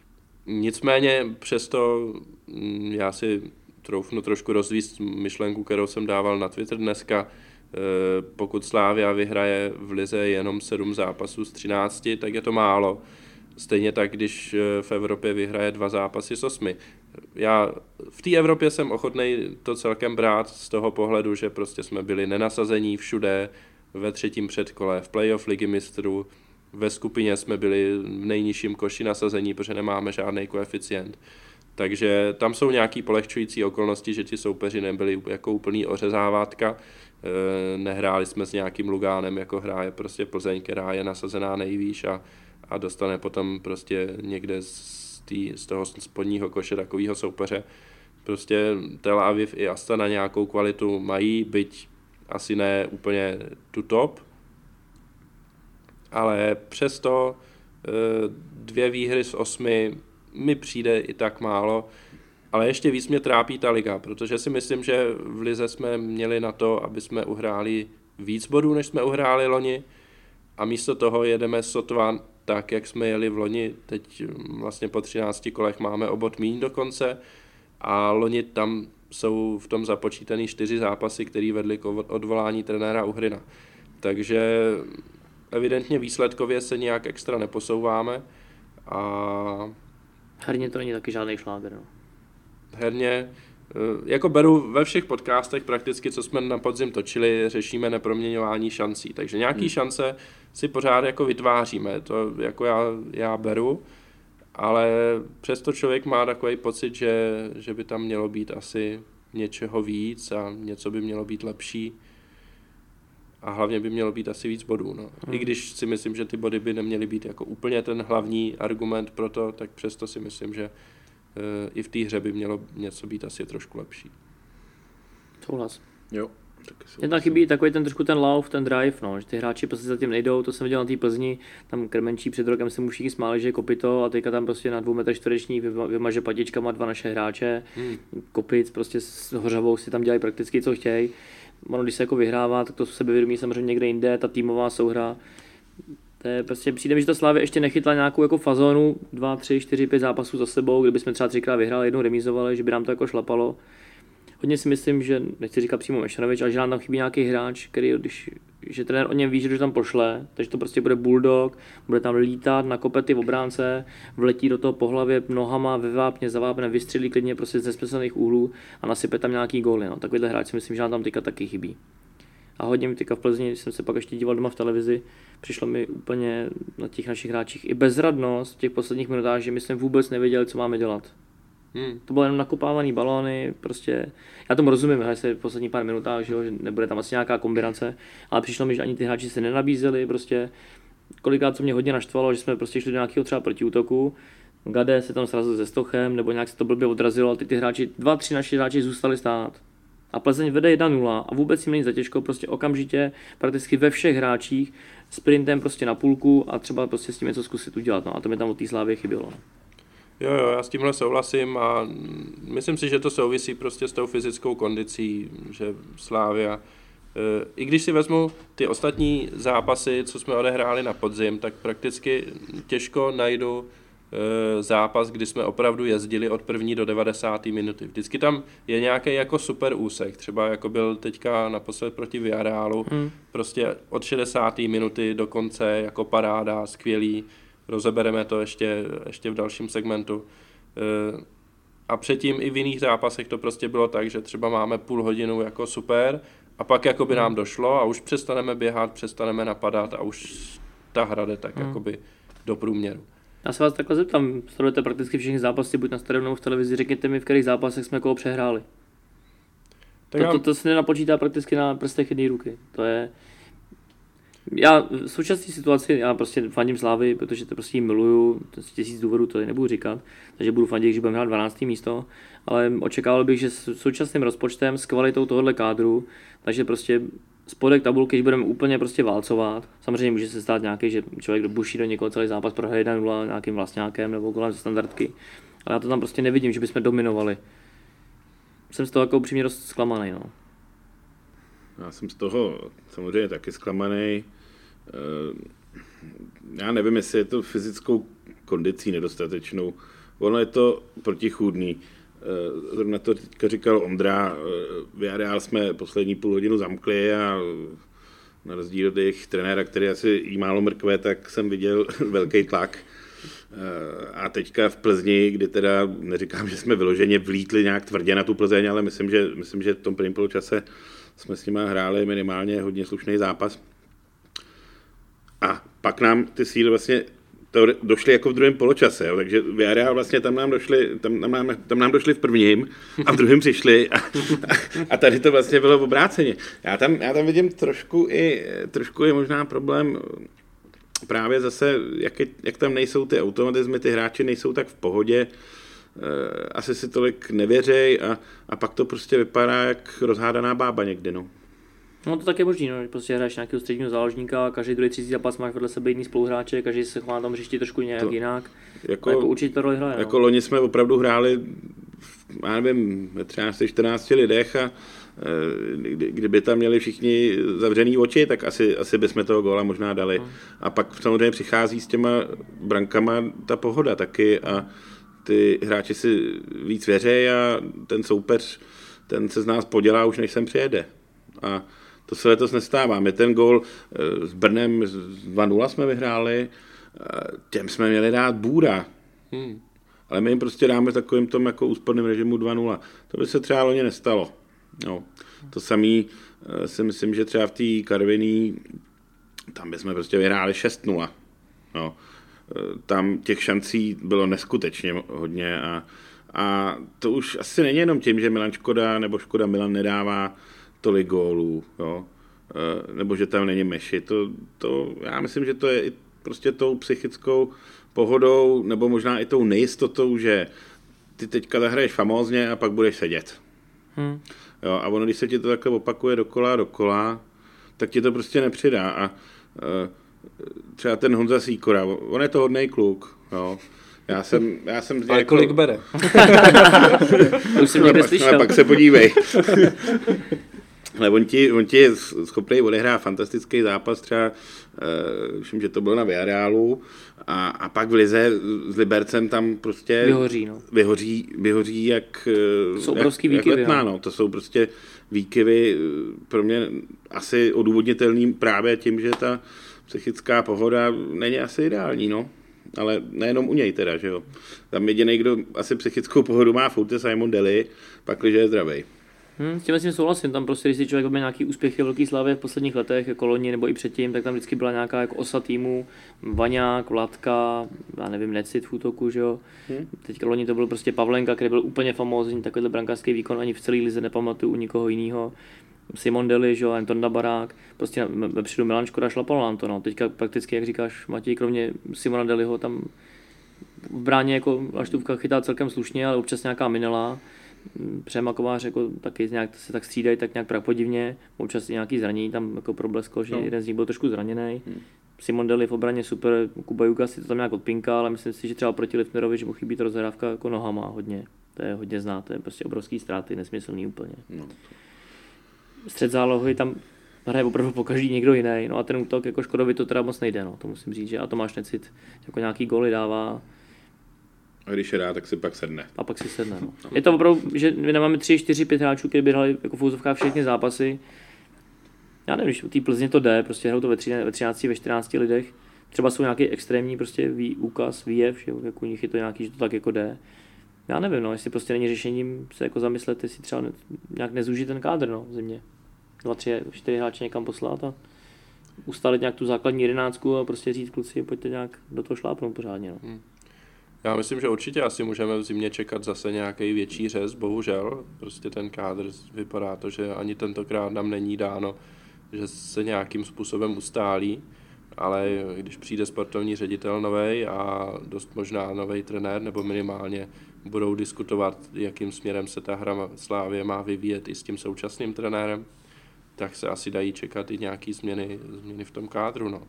Nicméně přesto já si troufnu trošku rozvíct myšlenku, kterou jsem dával na Twitter dneska. Pokud Slavia vyhraje v lize jenom 7 zápasů z 13, tak je to málo. Stejně tak, když v Evropě vyhraje 2 zápasy z 8. Já v té Evropě jsem ochotnej to celkem brát z toho pohledu, že prostě jsme byli nenasazení všude, ve 3. předkole, v playoff ligy mistrů, ve skupině jsme byli v nejnižším koši nasazení, protože nemáme žádný koeficient. Takže tam jsou nějaký polehčující okolnosti, že ti soupeři nebyli jako úplný ořezávátka. Nehráli jsme s nějakým Lugánem, jako hraje prostě Plzeň, která je nasazená nejvýš a dostane potom prostě někde z toho spodního koše takového soupeře. Prostě Tel Aviv i Astana nějakou kvalitu mají, byť asi ne úplně tu top, ale přesto 2 výhry z 8 mi přijde i tak málo, ale ještě víc mě trápí ta liga, protože si myslím, že v lize jsme měli na to, aby jsme uhráli víc bodů, než jsme uhráli loni a místo toho jedeme sotva tak, jak jsme jeli v loni. Teď vlastně po 13 kolech máme o bod míň dokonce a loni tam jsou v tom započítaný 4 zápasy, které vedly k odvolání trenéra Uhryna. Takže evidentně výsledkově se nějak extra neposouváme a herně to není taky žádný šláger. No. Herně, jako beru ve všech podcastech prakticky, co jsme na podzim točili, řešíme neproměňování šancí, takže nějaký šance si pořád jako vytváříme, to jako já beru, ale přesto člověk má takový pocit, že by tam mělo být asi něčeho víc a něco by mělo být lepší a hlavně by mělo být asi víc bodů. No. I když si myslím, že ty body by neměly být jako úplně ten hlavní argument pro to, tak přesto si myslím, že i v té hře by mělo něco být asi trošku lepší. Souhlas. Jo. Mně tam chybí takový ten trošku ten love, ten drive, no, že ty hráči prostě zatím nejdou, to jsem viděl na té Plzni, tam Krmenčí před rokem se mu všichni smáli, že je kopito a teďka tam prostě na 2 metr čtvereční vymaže patičkama 2 naše hráče, Kopic prostě s Hořavou si tam dělají prakticky co chtějí. Ono, když se jako vyhrává, tak to sebevědomí samozřejmě někde jinde, ta týmová souhra. To je prostě, přijde mi, že ta Slavia ještě nechytla nějakou jako fazonu 2, 3, 4, 5 zápasů za sebou, kdybychom třeba 3krát vyhráli, jednou remízovali, že by nám to jako šlapalo. Hodně si myslím, že nechci říkat přímo Mešanovič, ale že nám tam chybí nějaký hráč, který, že trenér o něm ví, že tam pošle, takže to prostě bude bulldog, bude tam lítat, nakope ty obránce, vletí do toho po hlavě nohama, ve vápně, za vápnem, vystřelí klidně prostě z nesmyslných úhlů a nasype tam nějaký góly. No. Takovýhle hráč si myslím, že nám tam teďka taky chybí. A hodně mi teďka v Plzni, jsem se pak ještě díval doma v televizi, přišlo mi úplně na těch našich hráčích i bezradnost v těch posledních minutách, že my jsme vůbec nevěděli, co máme dělat. To bylo jenom nakopávaný balóny, prostě, já tomu rozumím, hraje se v posledních pár minutách, že nebude tam asi nějaká kombinace, ale přišlo mi, že ani ty hráči se nenabízeli, prostě, kolikrát co mě hodně naštvalo, že jsme prostě šli do nějakého třeba protiútoku, Gade se tam srazil se Stochem, nebo nějak se to blbě odrazilo, a ty hráči, 2-3 naši hráči zůstali stát. A Plzeň vede 1-0 a vůbec jim není zatěžko, prostě okamžitě, prakticky ve všech hráčích, sprintem prostě na půlku a třeba prostě s tím něco zkusit udělat, no a to mi tam od té Slávy chybělo. Jo, já s tímhle souhlasím a myslím si, že to souvisí prostě s tou fyzickou kondicí, že Slavia, i když si vezmu ty ostatní zápasy, co jsme odehráli na podzim, tak prakticky těžko najdu zápas, kdy jsme opravdu jezdili od 1. do 90. minuty. Vždycky tam je nějaký jako super úsek, třeba jako byl teďka naposled proti Villarealu, prostě od 60. minuty do konce jako paráda, skvělý, rozebereme to ještě v dalším segmentu. A předtím i v jiných zápasech to prostě bylo tak, že třeba máme půl hodinu jako super a pak jakoby nám došlo a už přestaneme běhat, přestaneme napadat a už ta hra jde tak jakoby do průměru. Já se vás takhle zeptám, sledujete prakticky všechny zápasy, buď na stadionu nebo v televizi, řekněte mi, v kterých zápasech jsme koho přehráli. To se nenapočítá prakticky na prstech jedné ruky. To je... Já v současné situaci, já prostě fandím Slávy, protože to prostě miluju, to 1000 důvodů, to nebudu říkat, takže budu fandit, když budeme hrát 12. místo, ale očekával bych, že s současným rozpočtem, s kvalitou tohohle kádru, takže prostě spodek tabulky, když budeme úplně prostě válcovat, samozřejmě může se stát nějaký, že člověk dobuší do někoho celý zápas, prohraje 1-0 nějakým vlastňákem nebo kolem standardky, ale já to tam prostě nevidím, že bychom dominovali. Jsem z toho jako upřímně dost zklamaný, no. Já jsem z toho samozřejmě taky zklamaný. Já nevím, jestli je to fyzickou kondicí nedostatečnou. Ono je to protichůdný. Zrovna to teďka říkal Ondra, Villarreal jsme poslední půl hodinu zamkli a na rozdíl od jejich trenéra, který asi jí málo mrkve, tak jsem viděl velký tlak. A teďka v Plzni, kdy teda neříkám, že jsme vyloženě vlítli nějak tvrdě na tu Plzeň, ale myslím, že v tom prvním poločase jsme s nimi hráli minimálně hodně slušný zápas. A pak nám ty síly vlastně došly jako v druhém poločase, jo. Takže Villarreal vlastně tam nám došli v prvním a v druhém přišli a tady to vlastně bylo obráceně. Já tam vidím trošku je možná problém právě zase, jak tam nejsou ty automatizmy, ty hráči nejsou tak v pohodě, asi si tolik nevěřej a pak to prostě vypadá jak rozhádaná bába někdy, no. No to tak je možný, no, že prostě hraješ nějakého středního záložníka, každý druhý třetí zápas máš vedle sebe jiný spoluhráče, každý se chová na tom hřišti trošku nějak jinak. Jako určitě to roli hraje. Jako loni jsme opravdu hráli, já nevím, ve 13-14 lidech a kdyby tam měli všichni zavřený oči, tak asi bychom toho góla možná dali. A pak samozřejmě přichází s těma brankama ta pohoda taky a ty hráči si víc věří a ten soupeř, ten se z nás podělá už než sem přijede. A to se letos nestává. My ten gól s Brnem 2-0 jsme vyhráli, těm jsme měli dát bůra. Ale my jim prostě dáme v takovém tom jako úsporném režimu 2-0. To by se třeba loni nestalo. No. To samý si myslím, že třeba v té Karviní tam bychom prostě vyhráli 6-0. No. Tam těch šancí bylo neskutečně hodně a to už asi není jenom tím, že Milan Škoda nebo Škoda Milan nedává tolik gólů, jo? Nebo že tam není Meši. Já myslím, že to je i prostě tou psychickou pohodou, nebo možná i tou nejistotou, že ty teďka zahraješ famózně a pak budeš sedět. Jo, a ono, když se ti to takhle opakuje dokola, tak ti to prostě nepřidá. A třeba ten Honza Sýkora, on je to hodnej kluk, jo. Já jsem ale jako... kolik bere? To už jsem někde slyšel. Pak se podívej. Ale on ti je schopný odehrát fantastický zápas, třeba myslím, že to bylo na Villarealu, a pak v lize s Libercem tam prostě vyhoří jak jsou obrovský výkyvy. Letná, no. To jsou prostě výkyvy pro mě asi odůvodnitelný právě tím, že ta psychická pohoda není asi ideální, no. Ale nejenom u něj teda, že jo. Tam jedinej, kdo asi psychickou pohodu má v autě, Simon Daly, pakliže je zdravej. S tím souhlasím, tam prostě, když si člověk měl nějaký úspěchy velký slávě v posledních letech, jako loni nebo i předtím, tak tam vždycky byla nějaká jako osa týmu, Vaňák, Vladka, já nevím, Necit v útoku, že jo. Teďka loni to byl prostě Pavlenka, který byl úplně famózní, takovýhle brankářský výkon ani v celé lize nepamatuju u nikoho jiného. Simon Daly, že jo, Anton Barák, prostě vepředu Milan Škoda, šlapalo nám to, no. Teďka prakticky, jak říkáš, Matěj, kromě Simona Dalyho tam v bráně jako Laštůvka chytá celkem slušně, ale občas nějaká minela. Přema Kovář jako taky nějak se tak střídají, tak nějak prapodivně, občas i nějaký zranění tam jako problesklo, že jeden z nich byl trošku zraněný. Simon Daly v obraně super, Kuba Juga si to tam nějak odpinká, ale myslím si, že třeba proti Liftnerovi, že mu chybí ta rozhrávka jako nohama hodně. To je hodně znát, to je prostě obrovský ztráty, nesmyslný úplně. Střed zálohy tam hraje opravdu po každý někdo jiný, no a ten útok jako Škodovi to teda moc nejde, no, to musím říct, že a Tomáš Necit jako nějaký góly dává. A když je rád, tak si pak sedne. A pak si sedne, no. Je to opravdu, že my nemáme 3, 4, 5 hráčů, kteří by hrali jako v úzovkách všechny zápasy. Já nevím, když u té Plzně to jde, prostě hrajou to ve 13, ve 14 lidech. Třeba jsou nějaký extrémní prostě úkaz, výjev, že jak u nich je to nějaký, že to tak jako jde. Já nevím, no, jestli prostě není řešením se jako zamyslet, jestli třeba nějak nezúžit ten kádr, no, v zimě. 2, 3, 4 hráče někam poslat a ustálit nějak tu základní 11 a prostě říct kluci, pojďte nějak do toho šlápnout pořádně, no. Já myslím, že určitě asi můžeme v zimě čekat zase nějaký větší řez, bohužel. Prostě ten kádr vypadá to, že ani tentokrát nám není dáno, že se nějakým způsobem ustálí, ale když přijde sportovní ředitel novej a dost možná novej trenér, nebo minimálně budou diskutovat, jakým směrem se ta hra Slávie má vyvíjet i s tím současným trenérem, tak se asi dají čekat i nějaký změny v tom kádru. No.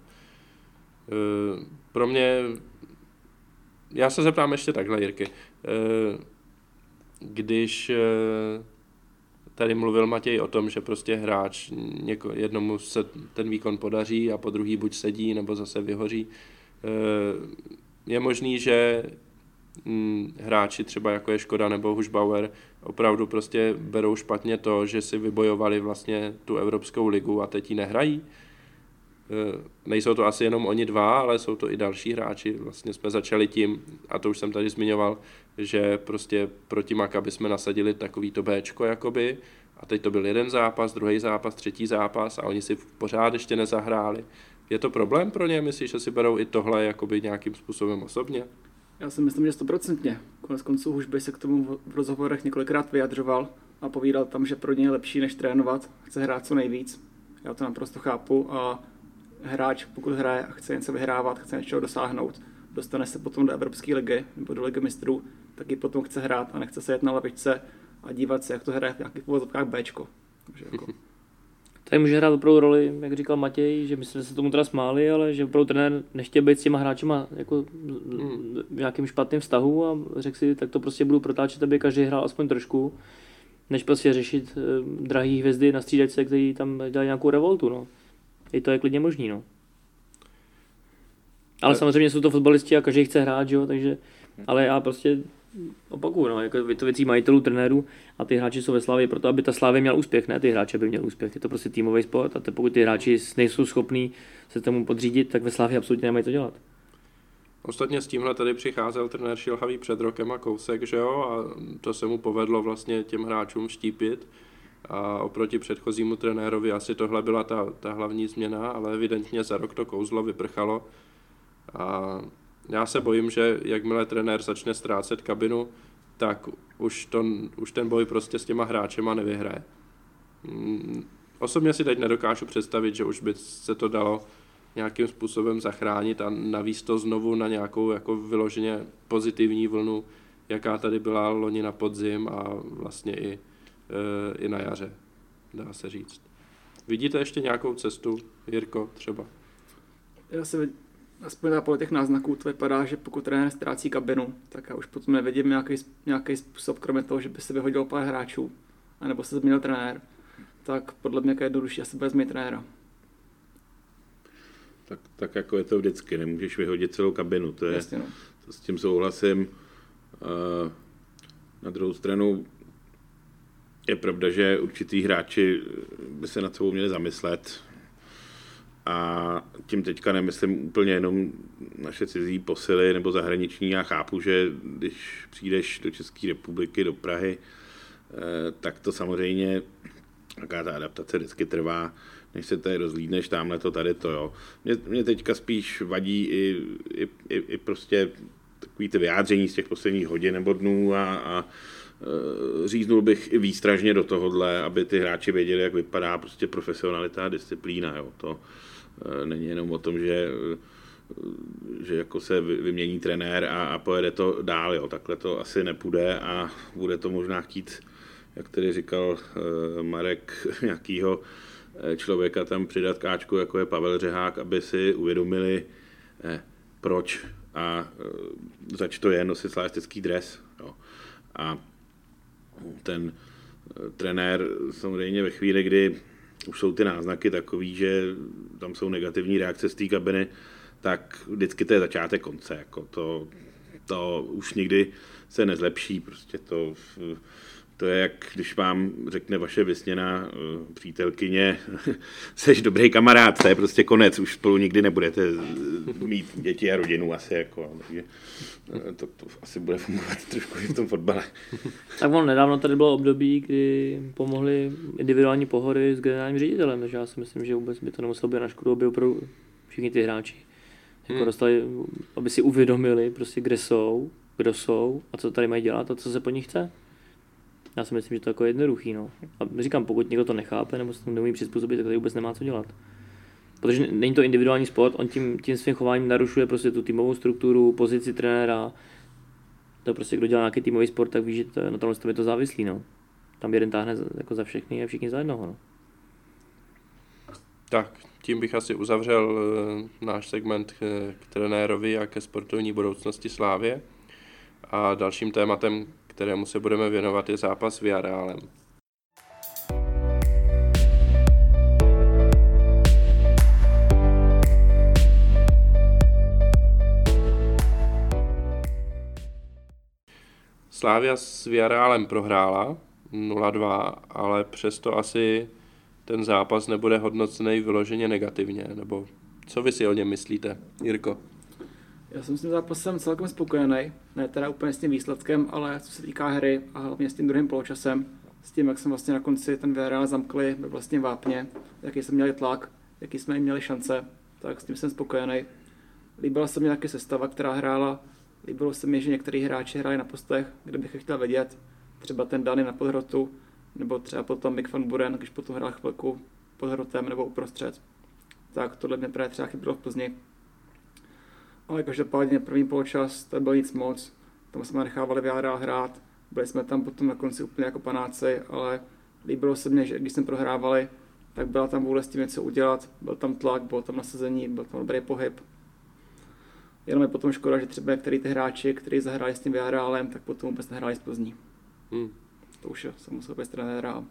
Pro mě, já se zeptám ještě takhle, Jirky, když tady mluvil Matěj o tom, že prostě hráč jednomu se ten výkon podaří a po druhý buď sedí, nebo zase vyhoří, je možný, že hráči třeba jako je Škoda nebo Hušbauer opravdu prostě berou špatně to, že si vybojovali vlastně tu Evropskou ligu a teď ji nehrají. Nejsou to asi jenom oni dva, ale jsou to i další hráči. Vlastně jsme začali tím, a to už jsem tady zmiňoval, že prostě proti Maccabi jsme nasadili takovýto Bčko jakoby a teď to byl jeden zápas, druhý zápas, třetí zápas a oni si pořád ještě nezahráli. Je to problém pro ně? Myslíš, že si berou i tohle jakoby nějakým způsobem osobně? Já si myslím, že 100%. Konec konců Hušby se k tomu v rozhovorech několikrát vyjadřoval a povídal tam, že pro ně je lepší než trénovat, chce hrát co nejvíc. Já to naprosto chápu a hráč, pokud hraje a chce něco vyhrávat, chce něčeho dosáhnout, dostane se potom do Evropské ligy nebo do Ligy mistrů, tak i potom chce hrát a nechce se jet na lavičce a dívat se, jak to hraje v nějakých uvozovkách Bčko. Takže jako... Tady může hrát opravdu roli, jak říkal Matěj, že my jsme se tomu teda smáli, ale že opravdu trenér nechtěl být s těma hráčima jako v nějakým špatným vztahu a řekl si, tak to prostě budu protáčet, aby každý hrál aspoň trošku, než prostě řešit drahý hvězdy na střídačce, který tam dělají nějakou revoltu, no. I to je klidně možný, no. Ale samozřejmě jsou to fotbalisti a každý chce hrát, jo, takže, ale já prostě opakuju, no, jako je to věcí majitelů, trenérů a ty hráči jsou ve Slavii proto, aby ta Slavie měla úspěch, ne ty hráči by měli úspěch. Je to prostě týmový sport a pokud ty hráči nejsou schopní se tomu podřídit, tak ve Slavii absolutně nemají to dělat. Ostatně s tímhle tady přicházel trenér Šilhavý před rokem a Kousek, že jo, a to se mu povedlo vlastně těm hráčům vštípit. A oproti předchozímu trenérovi asi tohle byla ta hlavní změna, ale evidentně za rok to kouzlo vyprchalo. A já se bojím, že jakmile trenér začne ztrácet kabinu, tak už ten boj prostě s těma hráčema nevyhraje. Osobně si teď nedokážu představit, že už by se to dalo nějakým způsobem zachránit a navíc to znovu na nějakou jako vyloženě pozitivní vlnu jaká tady byla loni na podzim a vlastně i na jaře, dá se říct. Vidíte ještě nějakou cestu, Jirko, třeba? Já si aspoň podle těch náznaků to vypadá, že pokud trenér ztrácí kabinu, tak já už potom nevidím nějaký způsob, kromě toho, že by se vyhodil pár hráčů, anebo se změnil trenér, tak podle mě je jednodušší asi bude změnit trenéra. Tak jako je to vždycky, nemůžeš vyhodit celou kabinu, to je, Jasně, no. to s tím souhlasím. Na druhou stranu je pravda, že určitý hráči by se nad sebou měli zamyslet a tím teďka nemyslím úplně jenom naše cizí posily nebo zahraniční. Já chápu, že když přijdeš do České republiky, do Prahy, tak to samozřejmě taká ta adaptace vždycky trvá, než se tady rozlídneš, tamhle to, tady to, jo. Mě teďka spíš vadí i prostě takový ty vyjádření z těch posledních hodin nebo dnů a říznul bych i výstražně do tohohle, aby ty hráči věděli, jak vypadá prostě profesionalita a disciplína, jo. To není jenom o tom, že jako se vymění trenér a pojede to dál, jo. Takhle to asi nepůjde a bude to možná chtít, jak tady říkal Marek, nějakýho člověka tam přidat káčku, jako je Pavel Řehák, aby si uvědomili, proč a zač to je nosit slavistický dres. Jo. A ten trenér samozřejmě ve chvíli, kdy už jsou ty náznaky takový, že tam jsou negativní reakce z té kabiny, tak vždycky to je začátek konce. Jako to už nikdy se nezlepší. Prostě to je, jak když vám řekne vaše vysněná přítelkyně, seš dobrý kamarád, to je prostě konec, už spolu nikdy nebudete mít děti a rodinu asi, jako, takže to asi bude fungovat trošku i v tom fotbale. Tak nedávno tady bylo období, kdy pomohli individuální pohory s generálním ředitelem, takže já si myslím, že vůbec by to nemuselo být na škodu, aby opravdu všichni ty hráči jako dostali, aby si uvědomili prostě, kde jsou, kdo jsou a co tady mají dělat a co se po nich chce. Já si myslím, že to je jako jednoduchý, no. A říkám, pokud někdo to nechápe nebo se tomu neumí přizpůsobit, tak tady vůbec nemá co dělat. Protože není to individuální sport, on tím svým chováním narušuje prostě tu týmovou strukturu, pozici trenéra. To prostě, kdo dělá nějaký týmový sport, tak ví, že na tomhle je to závislý, no. Tam jeden táhne jako za všechny a všichni za jednoho, no. Tak, tím bych asi uzavřel náš segment k trenérovi a ke sportovní budoucnosti Slávie. A dalším tématem, kterému se budeme věnovat, je zápas s Villarrealem. Slavia s Villarrealem prohrála 0-2, ale přesto asi ten zápas nebude hodnocený vyloženě negativně, nebo co vy si o něm myslíte, Jirko? Já jsem s tím zápasem celkem spokojený, ne teda úplně s tím výsledkem, ale co se týká hry a hlavně s tím druhým poločasem, s tím, jak jsme vlastně na konci ten Villarreal zamkli ve vlastním vápně, jaký jsme měli tlak, jaký jsme jim měli šance, tak s tím jsem spokojený. Líbila se mi taky sestava, která hrála, líbilo se mi, že některý hráči hráli na postech, kde bych je chtěl vidět, třeba ten Dani na podhrotu, nebo třeba potom Mick van Buren, když potom hrál chvilku pod hrotem nebo uprostřed. Tak tohle mě právě třeba chybilo v Plzni. Ale každopádně první poločas, to byl nic moc, tam jsme nechávali Villarreal hrát, byli jsme tam potom na konci úplně jako panáci, ale líbilo se mně, že když jsme prohrávali, tak byla tam vůle s tím něco udělat, byl tam tlak, bylo tam nasazení, byl tam dobrý pohyb. Jenom je potom škoda, že třeba některý ty hráči, kteří zahráli s tím Villarrealem, tak potom vůbec nehráli z Plzní. To už je, jsem musel být trenéra.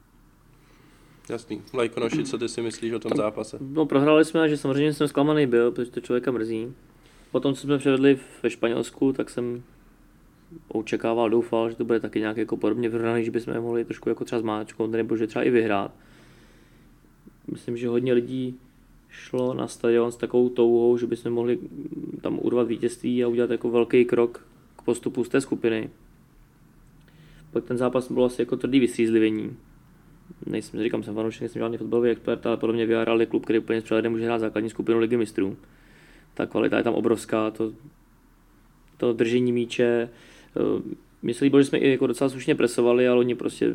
Jasný. Lajkonoši, co ty si myslíš o tom zápase? No, prohráli jsme, že samozřejmě jsem zklamaný byl, protože to člověka mrzí. Potom, co jsme předvedli ve Španělsku, tak jsem očekával, doufal, že to bude taky nějak jako podobně vyrovnaný, že bychom mohli trošku jako třeba zmáčknout, nebo že třeba i vyhrát. Myslím, že hodně lidí šlo na stadion s takovou touhou, že bychom mohli tam urvat vítězství a udělat jako velký krok k postupu z té skupiny. Pak ten zápas byl asi jako tvrdý vystřízlivění. Říkám, jsem fanoušek, nejsem žádný fotbalový expert, ale podle mě Villarreal je klub, který úplně s přehledem může hrát základní skupinu Ligy mistrů. Ta kvalita je tam obrovská, to držení míče. Mně se líbilo, že jsme i jako docela slušně presovali, ale oni prostě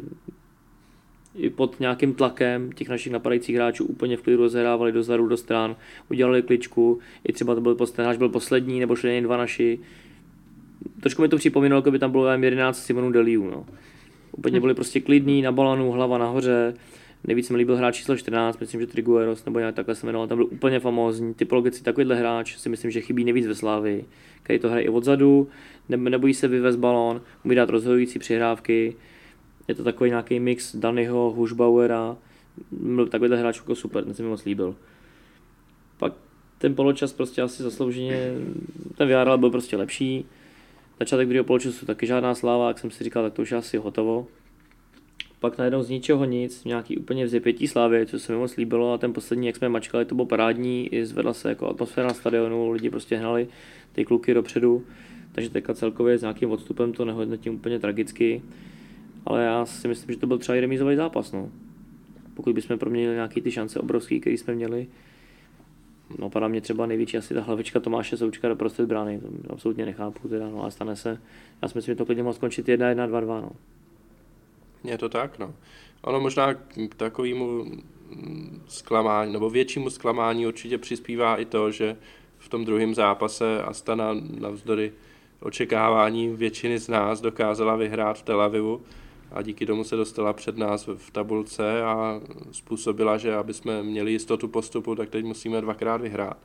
i pod nějakým tlakem těch našich napadajících hráčů úplně v klidu rozehrávali dozadu, do stran, udělali kličku, i třeba to byl hráč byl poslední, nebo šli jen dva naši. trošku mi to připomínalo, jako by tam bylo 11 Simonů Deliů, no. Úplně byli prostě klidný, na balanu, hlava nahoře. Nejvíc mi líbil hráč číslo 14, myslím, že Trigueros, nebo nějak takhle se jmenoval, tam byl úplně famózní. Typologicky takovýhle hráč si myslím, že chybí nejvíc ve Slávii, který to hraje i odzadu, nebojí se vyvést balón, umí dát rozhodující přihrávky. Je to takový nějaký mix Danyho, Hušbauera, byl takovýhle hráč jako super, ten se mi moc líbil. Pak ten poločas prostě asi zaslouženě, ten Villarreal byl prostě lepší. Začátek druhého poločasu taky žádná Sláva, jak jsem si říkal, tak to už je asi hotovo. Pak najednou z ničeho nic, nějaký úplně vzepětí Slávy, co se mi moc líbilo, a ten poslední, jak jsme mačkali, to bylo parádní, i zvedla se jako atmosféra na stadionu, lidi prostě hnali ty kluky dopředu, takže teďka celkově s nějakým odstupem to nehodnotím úplně tragicky, ale já si myslím, že to byl třeba i remízový zápas, no. Pokud bychom proměnili nějaký ty šance obrovský, které jsme měli, no padá mě třeba největší asi ta hlavička Tomáše Součka do prostřed brány, to absolutně nechápu teda, no a stane se, já si myslím, že to klidně mohlo skončit 1-1, 2-2, no. Je to tak, no. Ono možná k takovému zklamání, nebo většímu zklamání určitě přispívá i to, že v tom druhém zápase Astana navzdory očekávání většiny z nás dokázala vyhrát v Tel Avivu a díky tomu se dostala před nás v tabulce a způsobila, že aby jsme měli jistotu postupu, tak teď musíme 2krát vyhrát.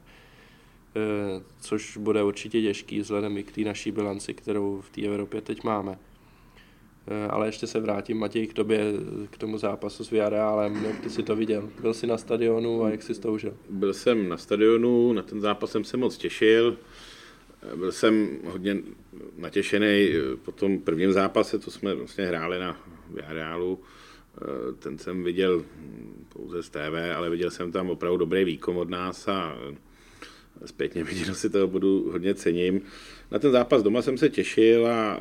Což bude určitě těžký vzhledem i k té naší bilanci, kterou v té Evropě teď máme. Ale ještě se vrátím, Matěj, k tobě, k tomu zápasu s Villarrealem, jak ty si to viděl? Byl jsi na stadionu a jak jsi to užil? Byl jsem na stadionu, na ten zápas jsem se moc těšil. Byl jsem hodně natěšený po tom prvním zápase, co jsme vlastně hráli na Villarrealu. Ten jsem viděl pouze z TV, ale viděl jsem tam opravdu dobrý výkon od nás a zpětně viděno si toho budu hodně cením. Na ten zápas doma jsem se těšil a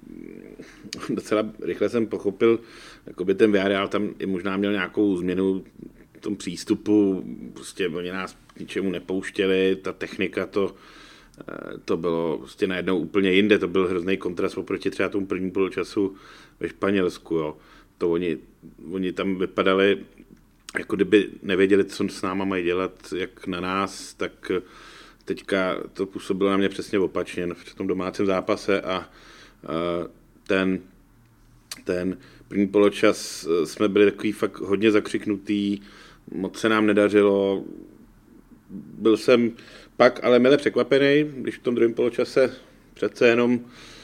docela rychle jsem pochopil, jakoby ten Villarreal tam i možná měl nějakou změnu v tom přístupu, prostě oni nás k ničemu nepouštěli, ta technika to bylo prostě najednou úplně jinde, to byl hrozný kontrast oproti třeba tomu prvním poločasu ve Španělsku, jo. To oni tam vypadali, jako kdyby nevěděli, co s náma mají dělat, jak na nás, tak teďka to působilo na mě přesně opačně v tom domácím zápase a ten první poločas jsme byli takový fakt hodně zakřiknutý, moc se nám nedařilo. Byl jsem pak ale mile překvapený, když v tom druhém poločase přece jenom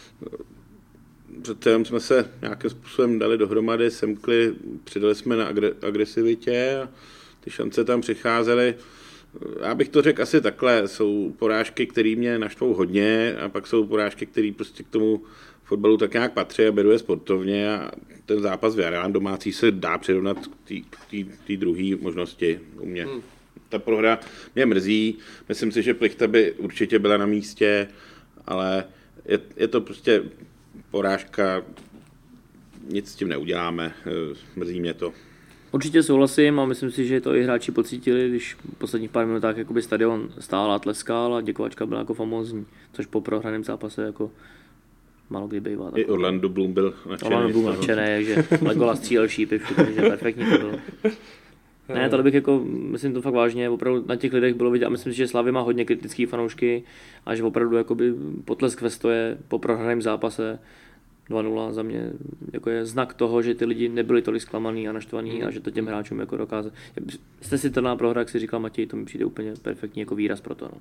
jsme se nějakým způsobem dali dohromady, semkli, přidali jsme na agresivitě a ty šance tam přicházely. Já bych to řekl asi takhle, jsou porážky, které mě naštvou hodně a pak jsou porážky, které prostě k tomu fotbalu tak nějak patří a beru je sportovně a ten zápas Villarreal domácí se dá přirovnat k té druhé možnosti u mě. Ta prohra mě mrzí, myslím si, že Plichta by určitě byla na místě, ale je to prostě porážka, nic s tím neuděláme, mrzí mě to. Určitě souhlasím a myslím si, že to i hráči pocítili, když v posledních pár minutách jakoby stadion stál a tleskal a děkovačka byla jako famózní, což po prohraném zápase jako málo kdy bývá. I Orlando Bloom byl nadšený. Orlando Bloom nadšený, že Legolas střílel šípy, že perfektní to bylo. Ne, tady bych jako, myslím to fakt vážně, opravdu na těch lidech bylo vidět a myslím si, že Slavia má hodně kritický fanoušky a že opravdu jakoby potlesk ve stoje po prohraném zápase 2-0 za mě jako je znak toho, že ty lidi nebyli tolik zklamaný a naštvaný a že to těm hráčům jako dokázal. Snesitelná prohra, jak si říkal Matěj, to mi přijde úplně perfektní jako výraz pro to. No.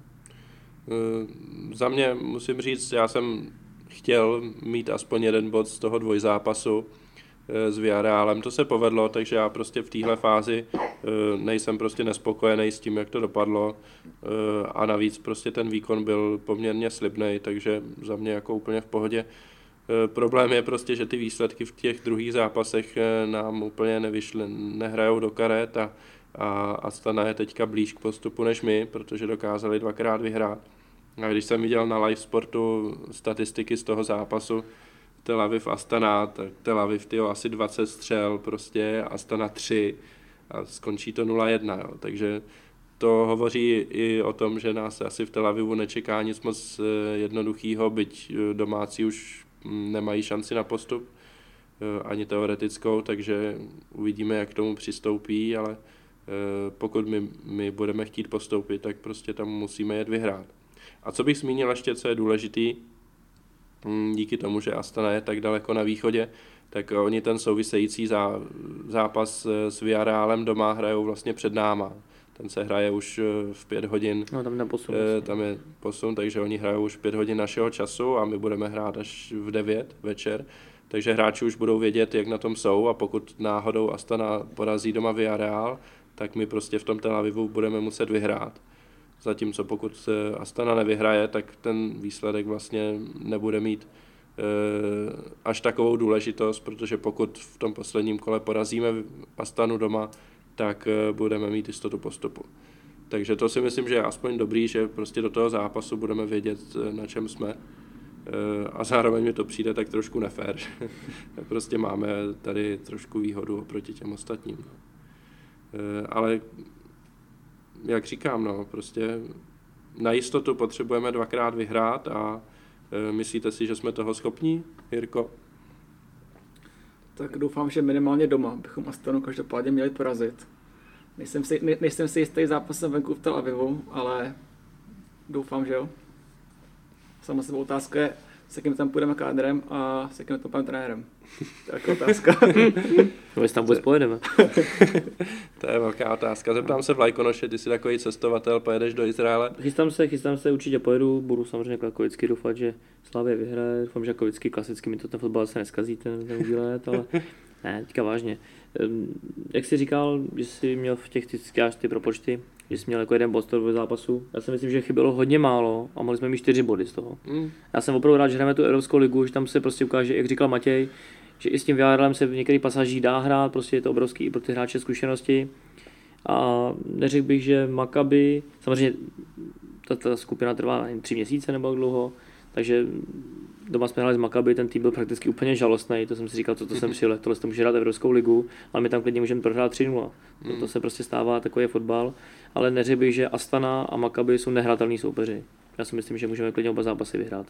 Za mě musím říct, já jsem chtěl mít aspoň jeden bod z toho dvojzápasu s Villarrealem. To se povedlo, takže já prostě v téhle fázi nejsem prostě nespokojený s tím, jak to dopadlo a navíc prostě ten výkon byl poměrně slibný, takže za mě jako úplně v pohodě. Problém je prostě, že ty výsledky v těch druhých zápasech nám úplně nevyšly, nehrajou do karet a Astana je teďka blíž k postupu než my, protože dokázali 2krát vyhrát. A když jsem viděl na live sportu statistiky z toho zápasu Tel Aviv Astana, tak Tel Aviv asi 20 střel, prostě Astana 3 a skončí to 0-1, jo. Takže to hovoří i o tom, že nás asi v Tel Avivu nečeká nic moc jednoduchýho, byť domácí už nemají šanci na postup, ani teoretickou, takže uvidíme, jak k tomu přistoupí, ale pokud my budeme chtít postoupit, tak prostě tam musíme jet vyhrát. A co bych zmínil ještě, co je důležitý, díky tomu, že Astana je tak daleko na východě, tak oni ten související zápas s Villarrealem doma hrajou vlastně před náma. Ten se hraje už v 5 hodin. No, tam tam je posun, takže oni hrajou už 5 hodin našeho času a my budeme hrát až v 9 večer. Takže hráči už budou vědět, jak na tom jsou, a pokud náhodou Astana porazí doma Villarreal, tak my prostě v tom Tel Avivu budeme muset vyhrát. Zatímco pokud Astana nevyhraje, tak ten výsledek vlastně nebude mít až takovou důležitost, protože pokud v tom posledním kole porazíme Astanu doma, tak budeme mít jistotu postupu. Takže to si myslím, že je aspoň dobrý, že prostě do toho zápasu budeme vědět, na čem jsme. A zároveň mi to přijde tak trošku nefér. Prostě máme tady trošku výhodu oproti těm ostatním. Ale jak říkám, no, prostě na jistotu potřebujeme 2krát vyhrát a myslíte si, že jsme toho schopní, Jirko? Tak doufám, že minimálně doma bychom Astanu každopádně měli porazit. Nejsem si jistý zápasem venku v Tel Avivu, ale doufám, že jo. Sama sebou otázka je, s jakým tam půjdeme kádrem a s jakým tam půjdeme trenérem. To je jako otázka. No, jestli tam vůbec pojedeme. To je velká otázka. Zeptám se Vlajkonoše, ty jsi takový cestovatel, pojedeš do Izraele? Chystám se, určitě pojedu, budu samozřejmě jako vždycky doufat, že Slavia vyhraje, doufám, že jako vždycky klasicky mi to ten fotbal se neskazí ten výlet, ale ne, teďka vážně. Jak jsi říkal, že jsi měl v těch ty propočty, že jsi měl jako jeden bod z toho zápasu, já si myslím, že chybělo hodně málo a mohli jsme mít 4 body z toho. Já jsem opravdu rád, že hrajeme tu Evropskou ligu, že tam se prostě ukáže, jak říkal Matěj, že i s tím Villarrealem se v některých pasážích dá hrát, prostě je to obrovský i pro ty hráče zkušenosti. A neřekl bych, že Maccabi, samozřejmě ta skupina trvá 3 měsíce nebo dlouho, takže doma jsme hráli s Maccabi, ten tým byl prakticky úplně žalostný, to jsem si říkal, co jsem přijel, tohle to může hrát Evropskou ligu, ale my tam klidně můžeme prohrát 3-0. To se prostě stává, takový je fotbal, ale neřekl bych, že Astana a Maccabi jsou nehratelní soupeři. Já si myslím, že můžeme klidně oba zápasy vyhrát.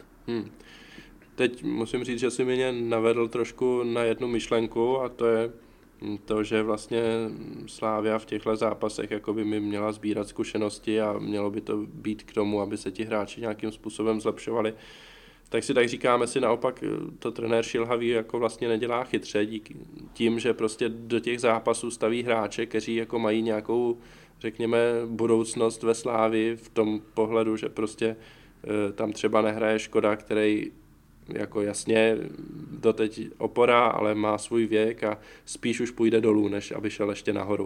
Teď musím říct, že si mě navedl trošku na jednu myšlenku, a to je to, že vlastně Slavia v těchto zápasech jakoby mi měla sbírat zkušenosti a mělo by to být k tomu, aby se ti hráči nějakým způsobem zlepšovali. Tak si tak říkáme si naopak, to trenér Šilhavý jako vlastně nedělá chytře tím, že prostě do těch zápasů staví hráče, kteří jako mají nějakou, řekněme, budoucnost ve Slávii v tom pohledu, že prostě tam třeba nehraje Škoda, který jako jasně doteď opora, ale má svůj věk a spíš už půjde dolů, než aby šel ještě nahoru.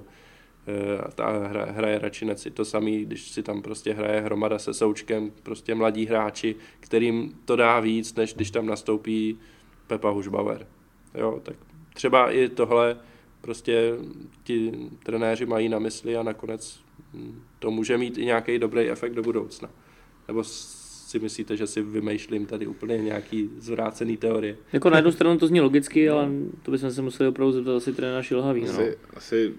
Ta hraje Račinec, to samý, když si tam prostě hraje hromada se Součkem, prostě mladí hráči, kterým to dá víc, než když tam nastoupí Pepa Hušbauer. Jo, tak třeba i tohle prostě ti trenéři mají na mysli a nakonec to může mít i nějaký dobrý efekt do budoucna. Nebo si myslíte, že si vymýšlím tady úplně nějaký zvrácený teorie? Jako na jednu stranu to zní logicky, ale to bychom se museli opravdu zeptat asi trenéra Šilhavý. Asi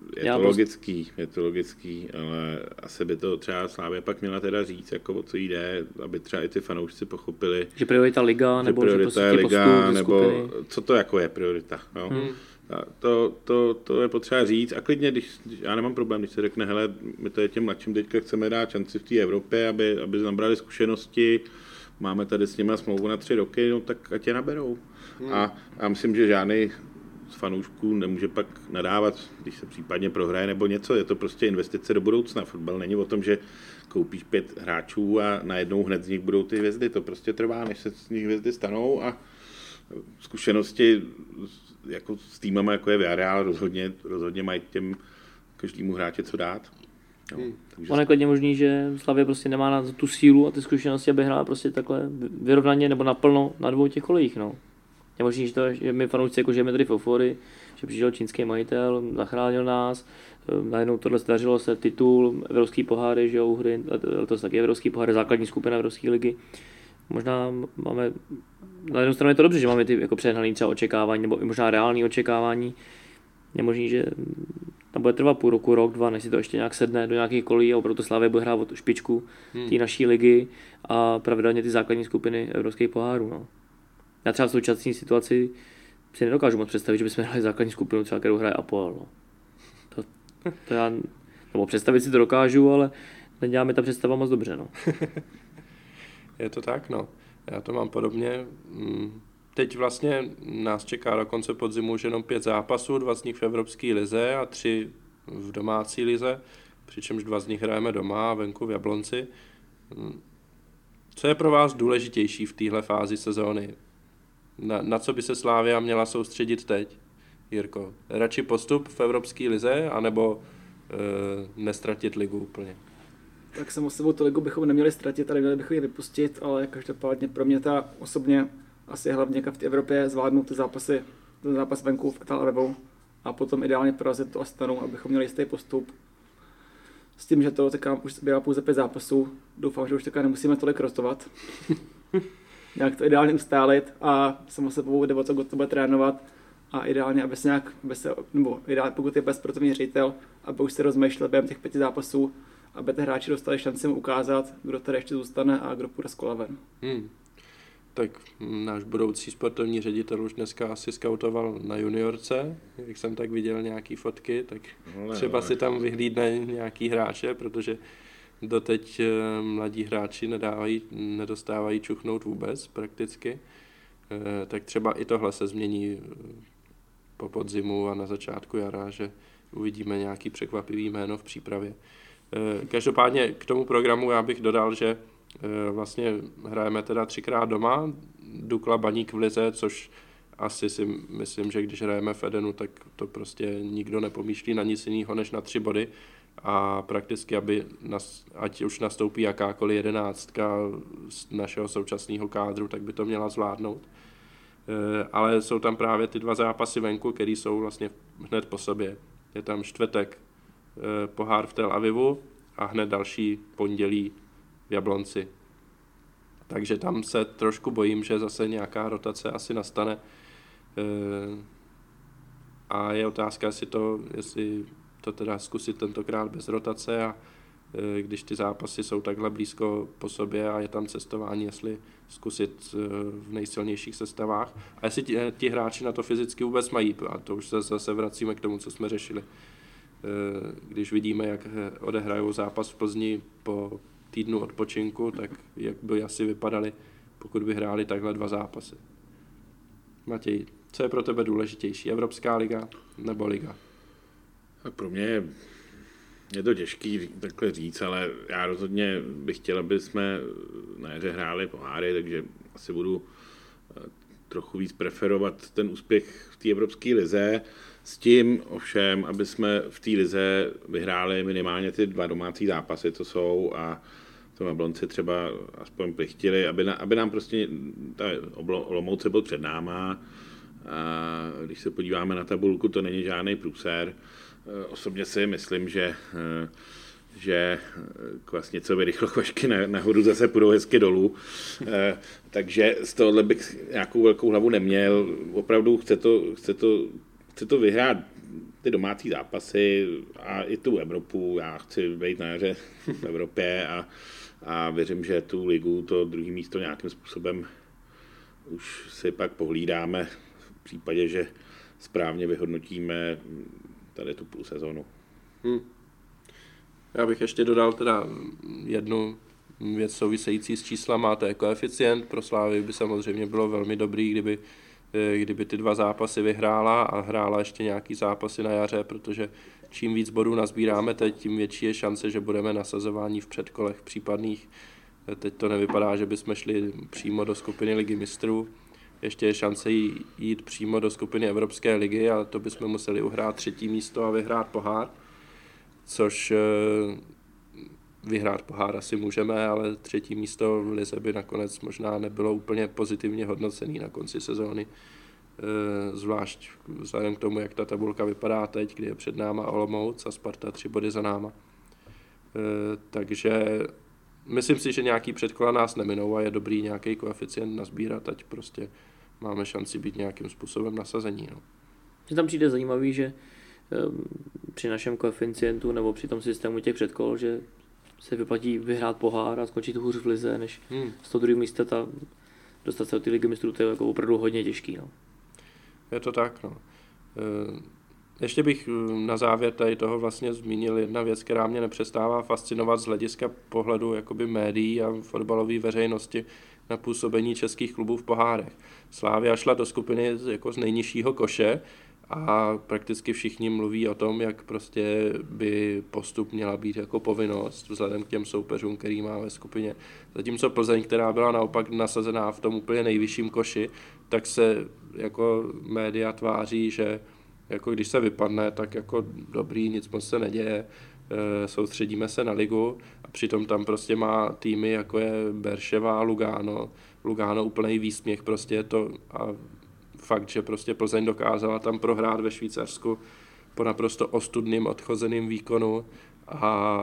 je to logický, ale asi by to třeba Slavia pak měla teda říct, jako o co jde, aby třeba i ty fanoušci pochopili. Že priorita liga, nebo priorita že prostě liga, nebo co to jako je priorita. No? To je potřeba říct a klidně, když já nemám problém, když se řekne, hele, my to je těm mladším teďka chceme dát šanci v té Evropě, aby nabrali zkušenosti, máme tady s nimi smlouvu na 3 roky, no tak ať je naberou. A myslím, že žádný z fanoušků nemůže pak nadávat, když se případně prohraje nebo něco, je to prostě investice do budoucna. Fotbal není o tom, že koupíš 5 hráčů a najednou hned z nich budou ty hvězdy, to prostě trvá, než se z nich hvězdy stanou a zkušenosti jako s týmama, jako je Villarreal, rozhodně mají těm každému hráči co dát. Ono je klidně možný, že Slavia prostě nemá na tu sílu a ty zkušenosti, aby hrála prostě takhle vyrovnaně nebo naplno na 2 těch kolejích. No. Je možný, že my fanoušci jako žijeme tady v euforii, že přišel čínský majitel, zachránil nás, najednou tohle zdařilo se titul, evropský poháry, že jo, hry, to taky evropský poháry, základní skupina Evropské ligy. Možná máme, na jednu stranu je to dobře, že máme ty jako přehnaný třeba očekávání, nebo i možná reální očekávání. Je možný, že tam bude trvat půl roku, rok, 2, než si to ještě nějak sedne do nějakých kolí a opravdu Slavia bude hrát o tu špičku té naší ligy a pravidelně ty základní skupiny evropských pohárů. No. Já třeba v současné situaci si nedokážu moc představit, že bychom hráli základní skupinu, třeba kterou hraje Apoel. No. To já, nebo představit si to dokážu, ale nedělá mi ta představa moc dobře. No. Je to tak, no. Já to mám podobně. Teď vlastně nás čeká do konce podzimu už jenom 5 zápasů, 2 z nich v Evropské lize a 3 v domácí lize, přičemž 2 z nich hrajeme doma a venku v Jablonci. Co je pro vás důležitější v téhle fázi sezóny? Na co by se Slavia měla soustředit teď, Jirko? Radši postup v Evropské lize, anebo nestratit ligu úplně? Tak samo sebou tu ligu bychom neměli ztratit, ale měli bychom ji vypustit, ale každopádně pro mě ta osobně asi hlavně v té Evropě zvládnout ty zápasy, ten zápas venku v Tel Avivu a potom ideálně porazit tu Astanu, abychom měli jistý postup. S tím, že to teďka už bývá pouze 5 zápasů, doufám, že už teďka nemusíme tolik rotovat. Nějak to ideálně ustálit a samo sebou jde o to, kdo to bude trénovat a ideálně, nebo ideálně, pokud je bezsportovní ředitel, aby už se rozmýšlel během těch 5 zápasů, aby ty hráči dostali šanci mu ukázat, kdo tady ještě zůstane a kdo půjde z kola ven. Tak náš budoucí sportovní ředitel už dneska asi skautoval na juniorce, jak jsem tak viděl nějaký fotky, tak třeba si tam vyhlídne nějaký hráče, protože doteď mladí hráči nedostávají čuchnout vůbec prakticky, tak třeba i tohle se změní po podzimu a na začátku jara, že uvidíme nějaký překvapivý jméno v přípravě. Každopádně k tomu programu já bych dodal, že vlastně hrajeme teda 3krát doma, Dukla Baník v lize, což asi si myslím, že když hrajeme v Edenu, tak to prostě nikdo nepomýšlí na nic jiného než na 3 body a prakticky, ať už nastoupí jakákoliv 11 z našeho současného kádru, tak by to měla zvládnout. Ale jsou tam právě ty 2 zápasy venku, které jsou vlastně hned po sobě. Je tam čtvrtek pohár v Tel Avivu a hned další pondělí v Jablonci. Takže tam se trošku bojím, že zase nějaká rotace asi nastane. A je otázka, jestli to teda zkusit tentokrát bez rotace a když ty zápasy jsou takhle blízko po sobě a je tam cestování, jestli zkusit v nejsilnějších sestavách. A jestli ti hráči na to fyzicky vůbec mají. A to už se zase vracíme k tomu, co jsme řešili. Když vidíme, jak odehrajou zápas v Plzni po týdnu odpočinku, tak jak by asi vypadali, pokud by hráli takhle 2 zápasy. Matěj, co je pro tebe důležitější? Evropská liga nebo liga? Tak pro mě je to těžký takhle říct, ale já rozhodně bych chtěl, aby jsme na jaře hráli poháry, takže asi budu trochu víc preferovat ten úspěch v té evropské lize. S tím ovšem, aby jsme v té lize vyhráli minimálně ty 2 domácí zápasy, co jsou a v tom Jablonci třeba aspoň plichtili, aby nám prostě ta Olomouc byl před náma. A když se podíváme na tabulku, to není žádný průser. Osobně si myslím, že vlastně co rychlo kvašky nahoru zase půjdou hezky dolů. Takže z tohohle bych nějakou velkou hlavu neměl. Opravdu chce to vyhrát ty domácí zápasy a i tu Evropu. Já chci být na jaře v Evropě a věřím, že tu ligu, to druhé místo nějakým způsobem už si pak pohlídáme v případě, že správně vyhodnotíme tady tu půl sezónu. Já bych ještě dodal teda jednu věc související s číslama, to je koeficient. Pro Slávy by samozřejmě bylo velmi dobrý, kdyby ty 2 zápasy vyhrála a hrála ještě nějaký zápasy na jaře, protože čím víc bodů nazbíráme teď, tím větší je šance, že budeme nasazování v předkolech případných. Teď to nevypadá, že bychom šli přímo do skupiny Ligy mistrů. Ještě je šance jít přímo do skupiny Evropské ligy a to bychom museli uhrát 3. místo a vyhrát pohár, což vyhrát pohár asi můžeme, ale 3. místo v lize by nakonec možná nebylo úplně pozitivně hodnocený na konci sezóny. Zvlášť vzhledem k tomu, jak ta tabulka vypadá teď, kdy je před náma Olomouc a Sparta 3 body za náma. Takže myslím si, že nějaký předkola nás neminou a je dobrý nějaký koeficient nazbírat, ať prostě máme šanci být nějakým způsobem nasazení. No. Mně tam přijde zajímavý, že při našem koeficientu nebo při tom systému těch předkol, že se vyplatí vyhrát pohár a skončit hůř v lize, než z toho druhého místa dostat se do ty ligy mistrů, to je jako opravdu hodně těžký. No. Je to tak, no. Ještě bych na závěr tady toho vlastně zmínil jedna věc, která mě nepřestává fascinovat z hlediska pohledu jakoby médií a fotbalové veřejnosti na působení českých klubů v pohárech. Slavia šla do skupiny jako z nejnižšího koše a prakticky všichni mluví o tom, jak prostě by postup měla být jako povinnost vzhledem k těm soupeřům, který má ve skupině. Zatímco Plzeň, která byla naopak nasazená v tom úplně nejvyšším koši, tak se jako média tváří, že jako když se vypadne, tak jako dobrý, nic moc se neděje, soustředíme se na ligu a přitom tam prostě má týmy, jako je Berševa a Lugano úplný výsměch prostě je to a fakt, že prostě Plzeň dokázala tam prohrát ve Švýcarsku po naprosto ostudným odchozeným výkonu a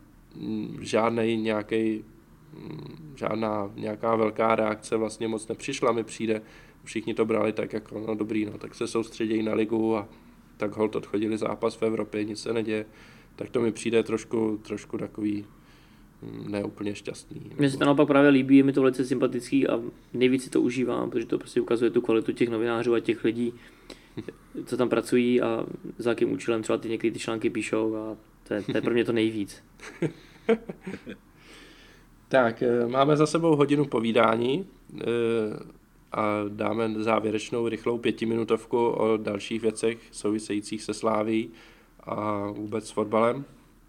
žádná nějaká velká reakce vlastně moc nepřišla, mi přijde. Všichni to brali tak jako, no dobrý, no, tak se soustředějí na ligu a tak holt odchodili zápas v Evropě, nic se neděje. Tak to mi přijde trošku takový neúplně šťastný. Mně se to naopak právě líbí, je mi to velice sympatický a nejvíc si to užívám, protože to prostě ukazuje tu kvalitu těch novinářů a těch lidí, co tam pracují a za jakým účelem třeba některé ty články píšou a to je pro mě to nejvíc. Tak, máme za sebou hodinu povídání a dáme závěrečnou rychlou 5minutovku o dalších věcech souvisejících se Slavií a vůbec s fotbalem.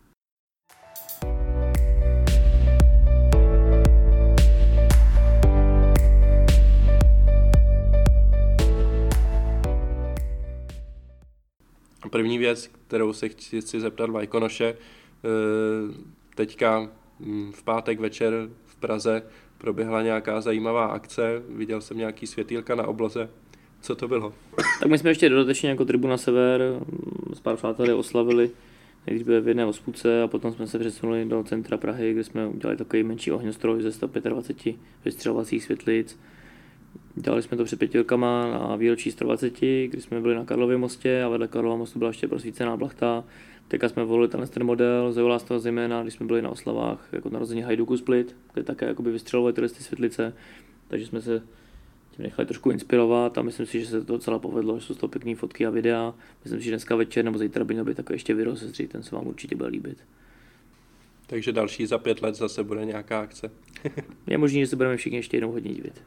První věc, kterou se chci zeptat Vajkonoše, teďka v pátek večer v Praze proběhla nějaká zajímavá akce, viděl jsem nějaký světýlka na obloze. Co to bylo? Tak my jsme ještě dodatečně jako Tribuna Sever s pár přáteli oslavili, když byli v jedné hospůdce a potom jsme se přesunuli do centra Prahy, kde jsme udělali takový menší ohňostroj ze 125 vystřelovacích světlic. Dělali jsme to před 5 rokama na výročí 120, kdy jsme byli na Karlově mostě a vedle Karlova mostu byla ještě prosvícená plachta. Teďka jsme volili ten model, zaujala z toho zejména, když jsme byli na oslavách jako narození Hajduku Split, kde také jakoby vystřelovali tyhle světlice, takže jsme se tím nechali trošku inspirovat a myslím si, že se to docela povedlo, že jsou z toho pěkné fotky a videa. Myslím si, že dneska večer nebo zítra by měl být takový ještě video sestří, ten se vám určitě bude líbit. Takže další za 5 let zase bude nějaká akce. Je možné, že se budeme všichni ještě jednou hodně divit.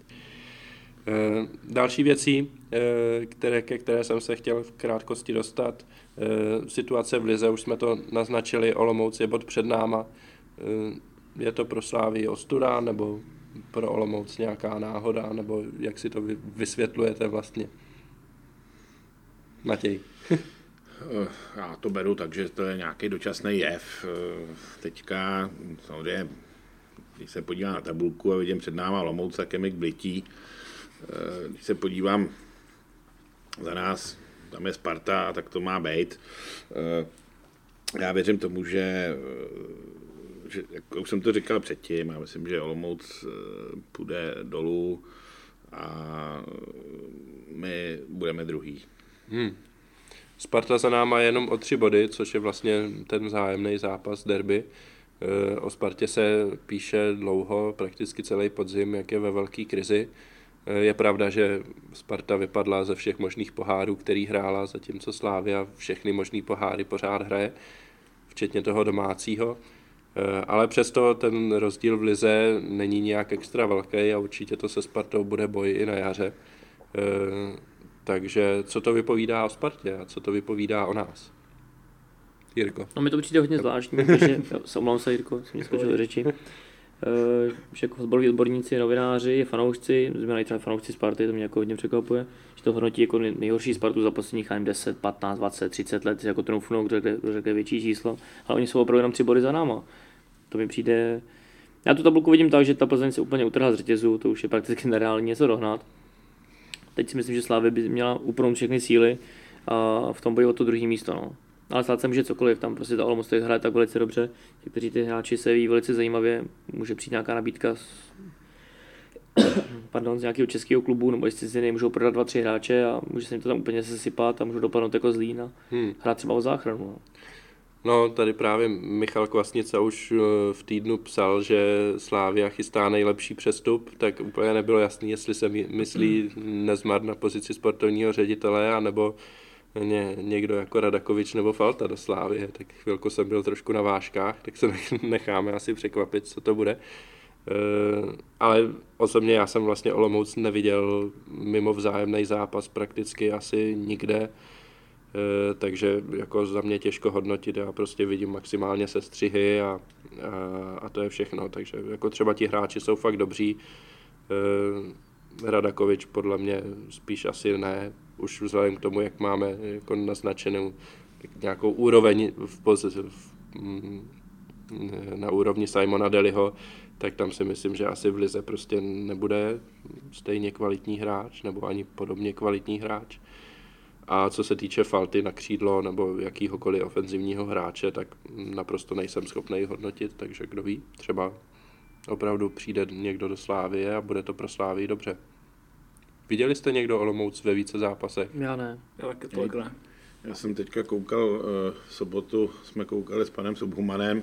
Další věcí, ke které jsem se chtěl v krátkosti dostat, situace v lize, už jsme to naznačili, Olomouc je bod před náma. Je to pro Slávii ostuda, nebo pro Olomouc nějaká náhoda, nebo jak si to vysvětlujete vlastně? Matěj. Já to beru tak, že to je nějaký dočasný jev. Teďka samozřejmě, když se podívám na tabulku a vidím před náma Olomouc, tak je mi k blití. Když se podívám za nás, tam je Sparta, tak to má být. Já věřím tomu, že jak už jsem to říkal předtím, já myslím, že Olomouc půjde dolů a my budeme druhý. Sparta za náma je jenom o 3 body, což je vlastně ten vzájemný zápas derby. O Spartě se píše dlouho, prakticky celý podzim, jak je ve velké krizi. Je pravda, že Sparta vypadla ze všech možných pohárů, který hrála, zatímco Slavia všechny možný poháry pořád hraje, včetně toho domácího. Ale přesto ten rozdíl v lize není nějak extra velký a určitě to se Spartou bude boj i na jaře. Takže co to vypovídá o Spartě a co to vypovídá o nás? Jirko. No mi to přijde hodně zvláštní, protože, omlouvám se Jirko, jsem mě skočil do řeči, že jako fotbaloví odborníci, novináři, fanoušci, znamená třeba fanoušci Sparty, to mě jako hodně překvapuje, že to hodnotí jako nejhorší Spartu za posledních 10, 15, 20, 30 let, jako troufnou, kdo řekne větší číslo, ale oni jsou opravdu jenom 3 body za náma. To mi přijde. Já tu tabulku vidím tak, že ta Plzeň se úplně utrhla z řetězu, to už je prakticky nereálně něco dohnat. Teď si myslím, že Slavia by měla upnout všechny síly a v tom boji o to druhé místo. No. Ale stát se může cokoliv, tam prostě ta Olomouc hraje tak velice dobře, kteří ty hráči se ví velice zajímavě, může přijít nějaká nabídka z nějakého českého klubu, nebo jestli si nemůžou prodat 2-3 hráče a může se jim to tam úplně sesypat a můžou dopadnout jako Zlín a hrát třeba o záchranu. No. No, tady právě Michal Kvasnica už v týdnu psal, že Slavia chystá nejlepší přestup, tak úplně nebylo jasný, jestli se myslí Nezmar na pozici sportovního ředitele, anebo někdo jako Radakovič nebo Falta do Slávie, tak chvilku jsem byl trošku na vážkách, tak se necháme asi překvapit, co to bude. Ale osobně já jsem vlastně Olomouc neviděl mimo vzájemný zápas prakticky asi nikde, takže jako za mě těžko hodnotit, já prostě vidím maximálně sestřihy a to je všechno, takže jako třeba ti hráči jsou fakt dobří, Radakovič podle mě spíš asi ne, už vzhledem k tomu, jak máme jako naznačenou nějakou úroveň na úrovni Simona Deliho, tak tam si myslím, že asi v lize prostě nebude stejně kvalitní hráč, nebo ani podobně kvalitní hráč. A co se týče Falty na křídlo nebo jakýhokoliv ofenzivního hráče, tak naprosto nejsem schopný hodnotit, takže kdo ví, třeba opravdu přijde někdo do Slávie a bude to pro Slávii dobře. Viděli jste někdo Olomouc ve více zápasech? Já ne. Já taky tolik ne. Já jsem teďka koukal, v sobotu jsme koukali s panem Subhumanem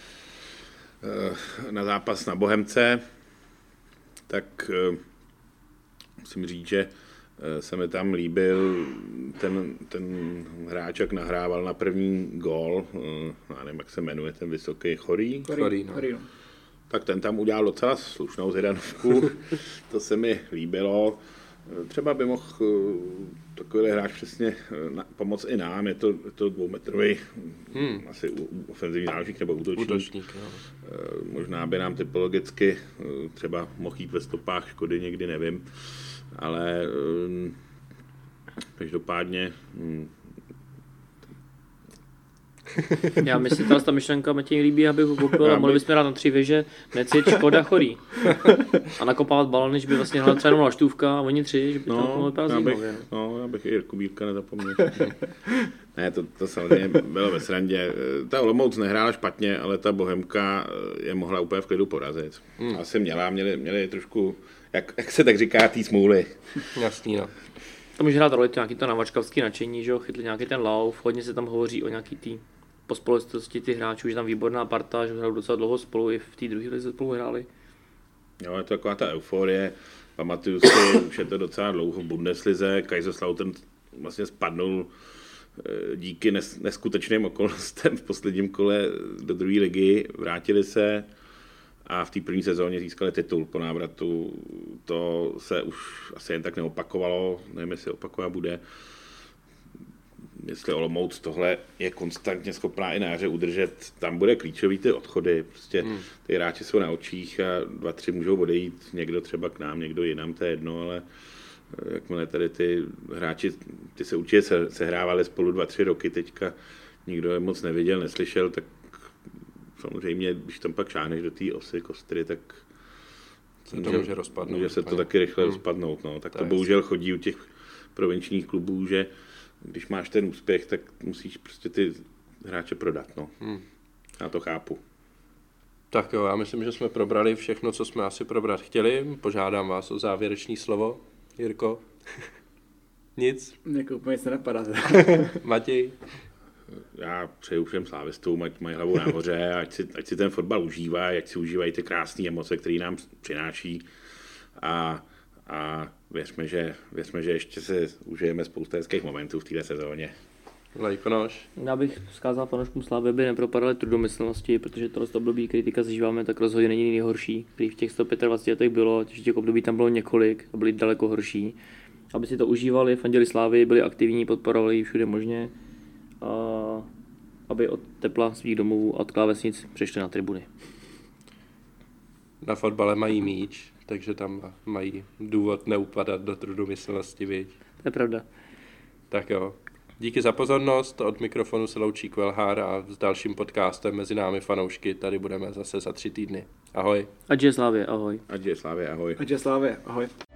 na zápas na Bohemce, tak musím říct, že se mi tam líbil ten hráč, jak nahrával na první gól, já nevím, jak se jmenuje, ten vysoký Chorý. Chorý. Tak ten tam udělal docela slušnou zjedanovku, to se mi líbilo. Třeba by mohl takový hráč přesně pomoct i nám, je to dvoumetrový asi ofenzivní záložník nebo útočník. Možná by nám typologicky třeba mohl jít ve stopách Škody, někdy nevím, ale každopádně Já myslím, že ta myšlenka Matěj líbí, abych ho koupil a mohli bychom hrát na 3 věže, Necit, Škoda, Chorý. A nakopávat balony, že by vlastně hrál třeba jenom Laštůvka a oni 3, že by to mohlo vypadat zajímavě. Já bych i Jirku Bílka nezapomněl. Ne, to samozřejmě bylo ve srandě. Ta Olomouc nehrála špatně, ale ta Bohemka je mohla úplně v klidu porazit. Asi měli trošku, jak se tak říká, tý smůly. Jasný, no. To může hrát roli nějaký to navačkavský nadšení, že jo, chytli nějaký ten lauf, hodně se tam hovoří o nějaký tý pospolečnosti těch hráčů, že tam výborná parta, že hrajou docela dlouho spolu, i v té druhé lize spolu hráli. Jo, je to taková ta euforie, pamatuju si, už je to docela dlouho v Bundeslize, Kaiserslautern vlastně spadnul díky neskutečným okolnostem v posledním kole do druhé ligy, vrátili se a v té první sezóně získali titul po návratu. To se už asi jen tak neopakovalo, nevím, jestli opakovat bude. Jestli Olomouc tohle je konstantně schopná i na jaře udržet, tam bude klíčový ty odchody, prostě ty hráči jsou na očích a 2-3 můžou odejít, někdo třeba k nám, někdo jinam, to je jedno, ale jakmile tady ty hráči, ty se určitě sehrávali spolu 2-3 roky, teďka nikdo je moc neviděl, neslyšel, tak samozřejmě, když tam pak šáneš do té osy kostry, tak se to může rozpadnout. Může se to taky rychle rozpadnout, no. Tak to bohužel chodí u těch provinčních klubů, že když máš ten úspěch, tak musíš prostě ty hráče prodat, no. Já to chápu. Tak jo, já myslím, že jsme probrali všechno, co jsme asi probrat chtěli. Požádám vás o závěrečné slovo. Jirko? Nic? Mě úplně nic nenapadá. Matěj? Já přeju všem slávistům, ať mají hlavu nahoře, ať si ten fotbal užívají, ať si užívají ty krásné emoce, které nám přináší. A věřme, že ještě se užijeme spoustu hezkých momentů v této sezóně. Lajkonoš. Já bych vzkázal fanouškům Slávy, aby nepropadali trudomyslnosti, protože tohle období kritika zažíváme, tak rozhodně není nejhorší, který v těch 125 letech bylo, těch období tam bylo několik a byly daleko horší. Aby si to užívali, fandili Slávy, byli aktivní, podporovali ji všude možně, a aby od tepla svých domovů a od klávesnic přešli na tribuny. Na fotbale mají míč, takže tam mají důvod neupadat do trudomyslnosti, viď? To je pravda. Tak jo. Díky za pozornost, od mikrofonu se loučí Kvelhár a s dalším podcastem Mezi námi fanoušky tady budeme zase za 3 týdny. Ahoj. Ať je Slávě, ahoj. Ať je Slávě, ahoj. Ať je Slávě, ahoj.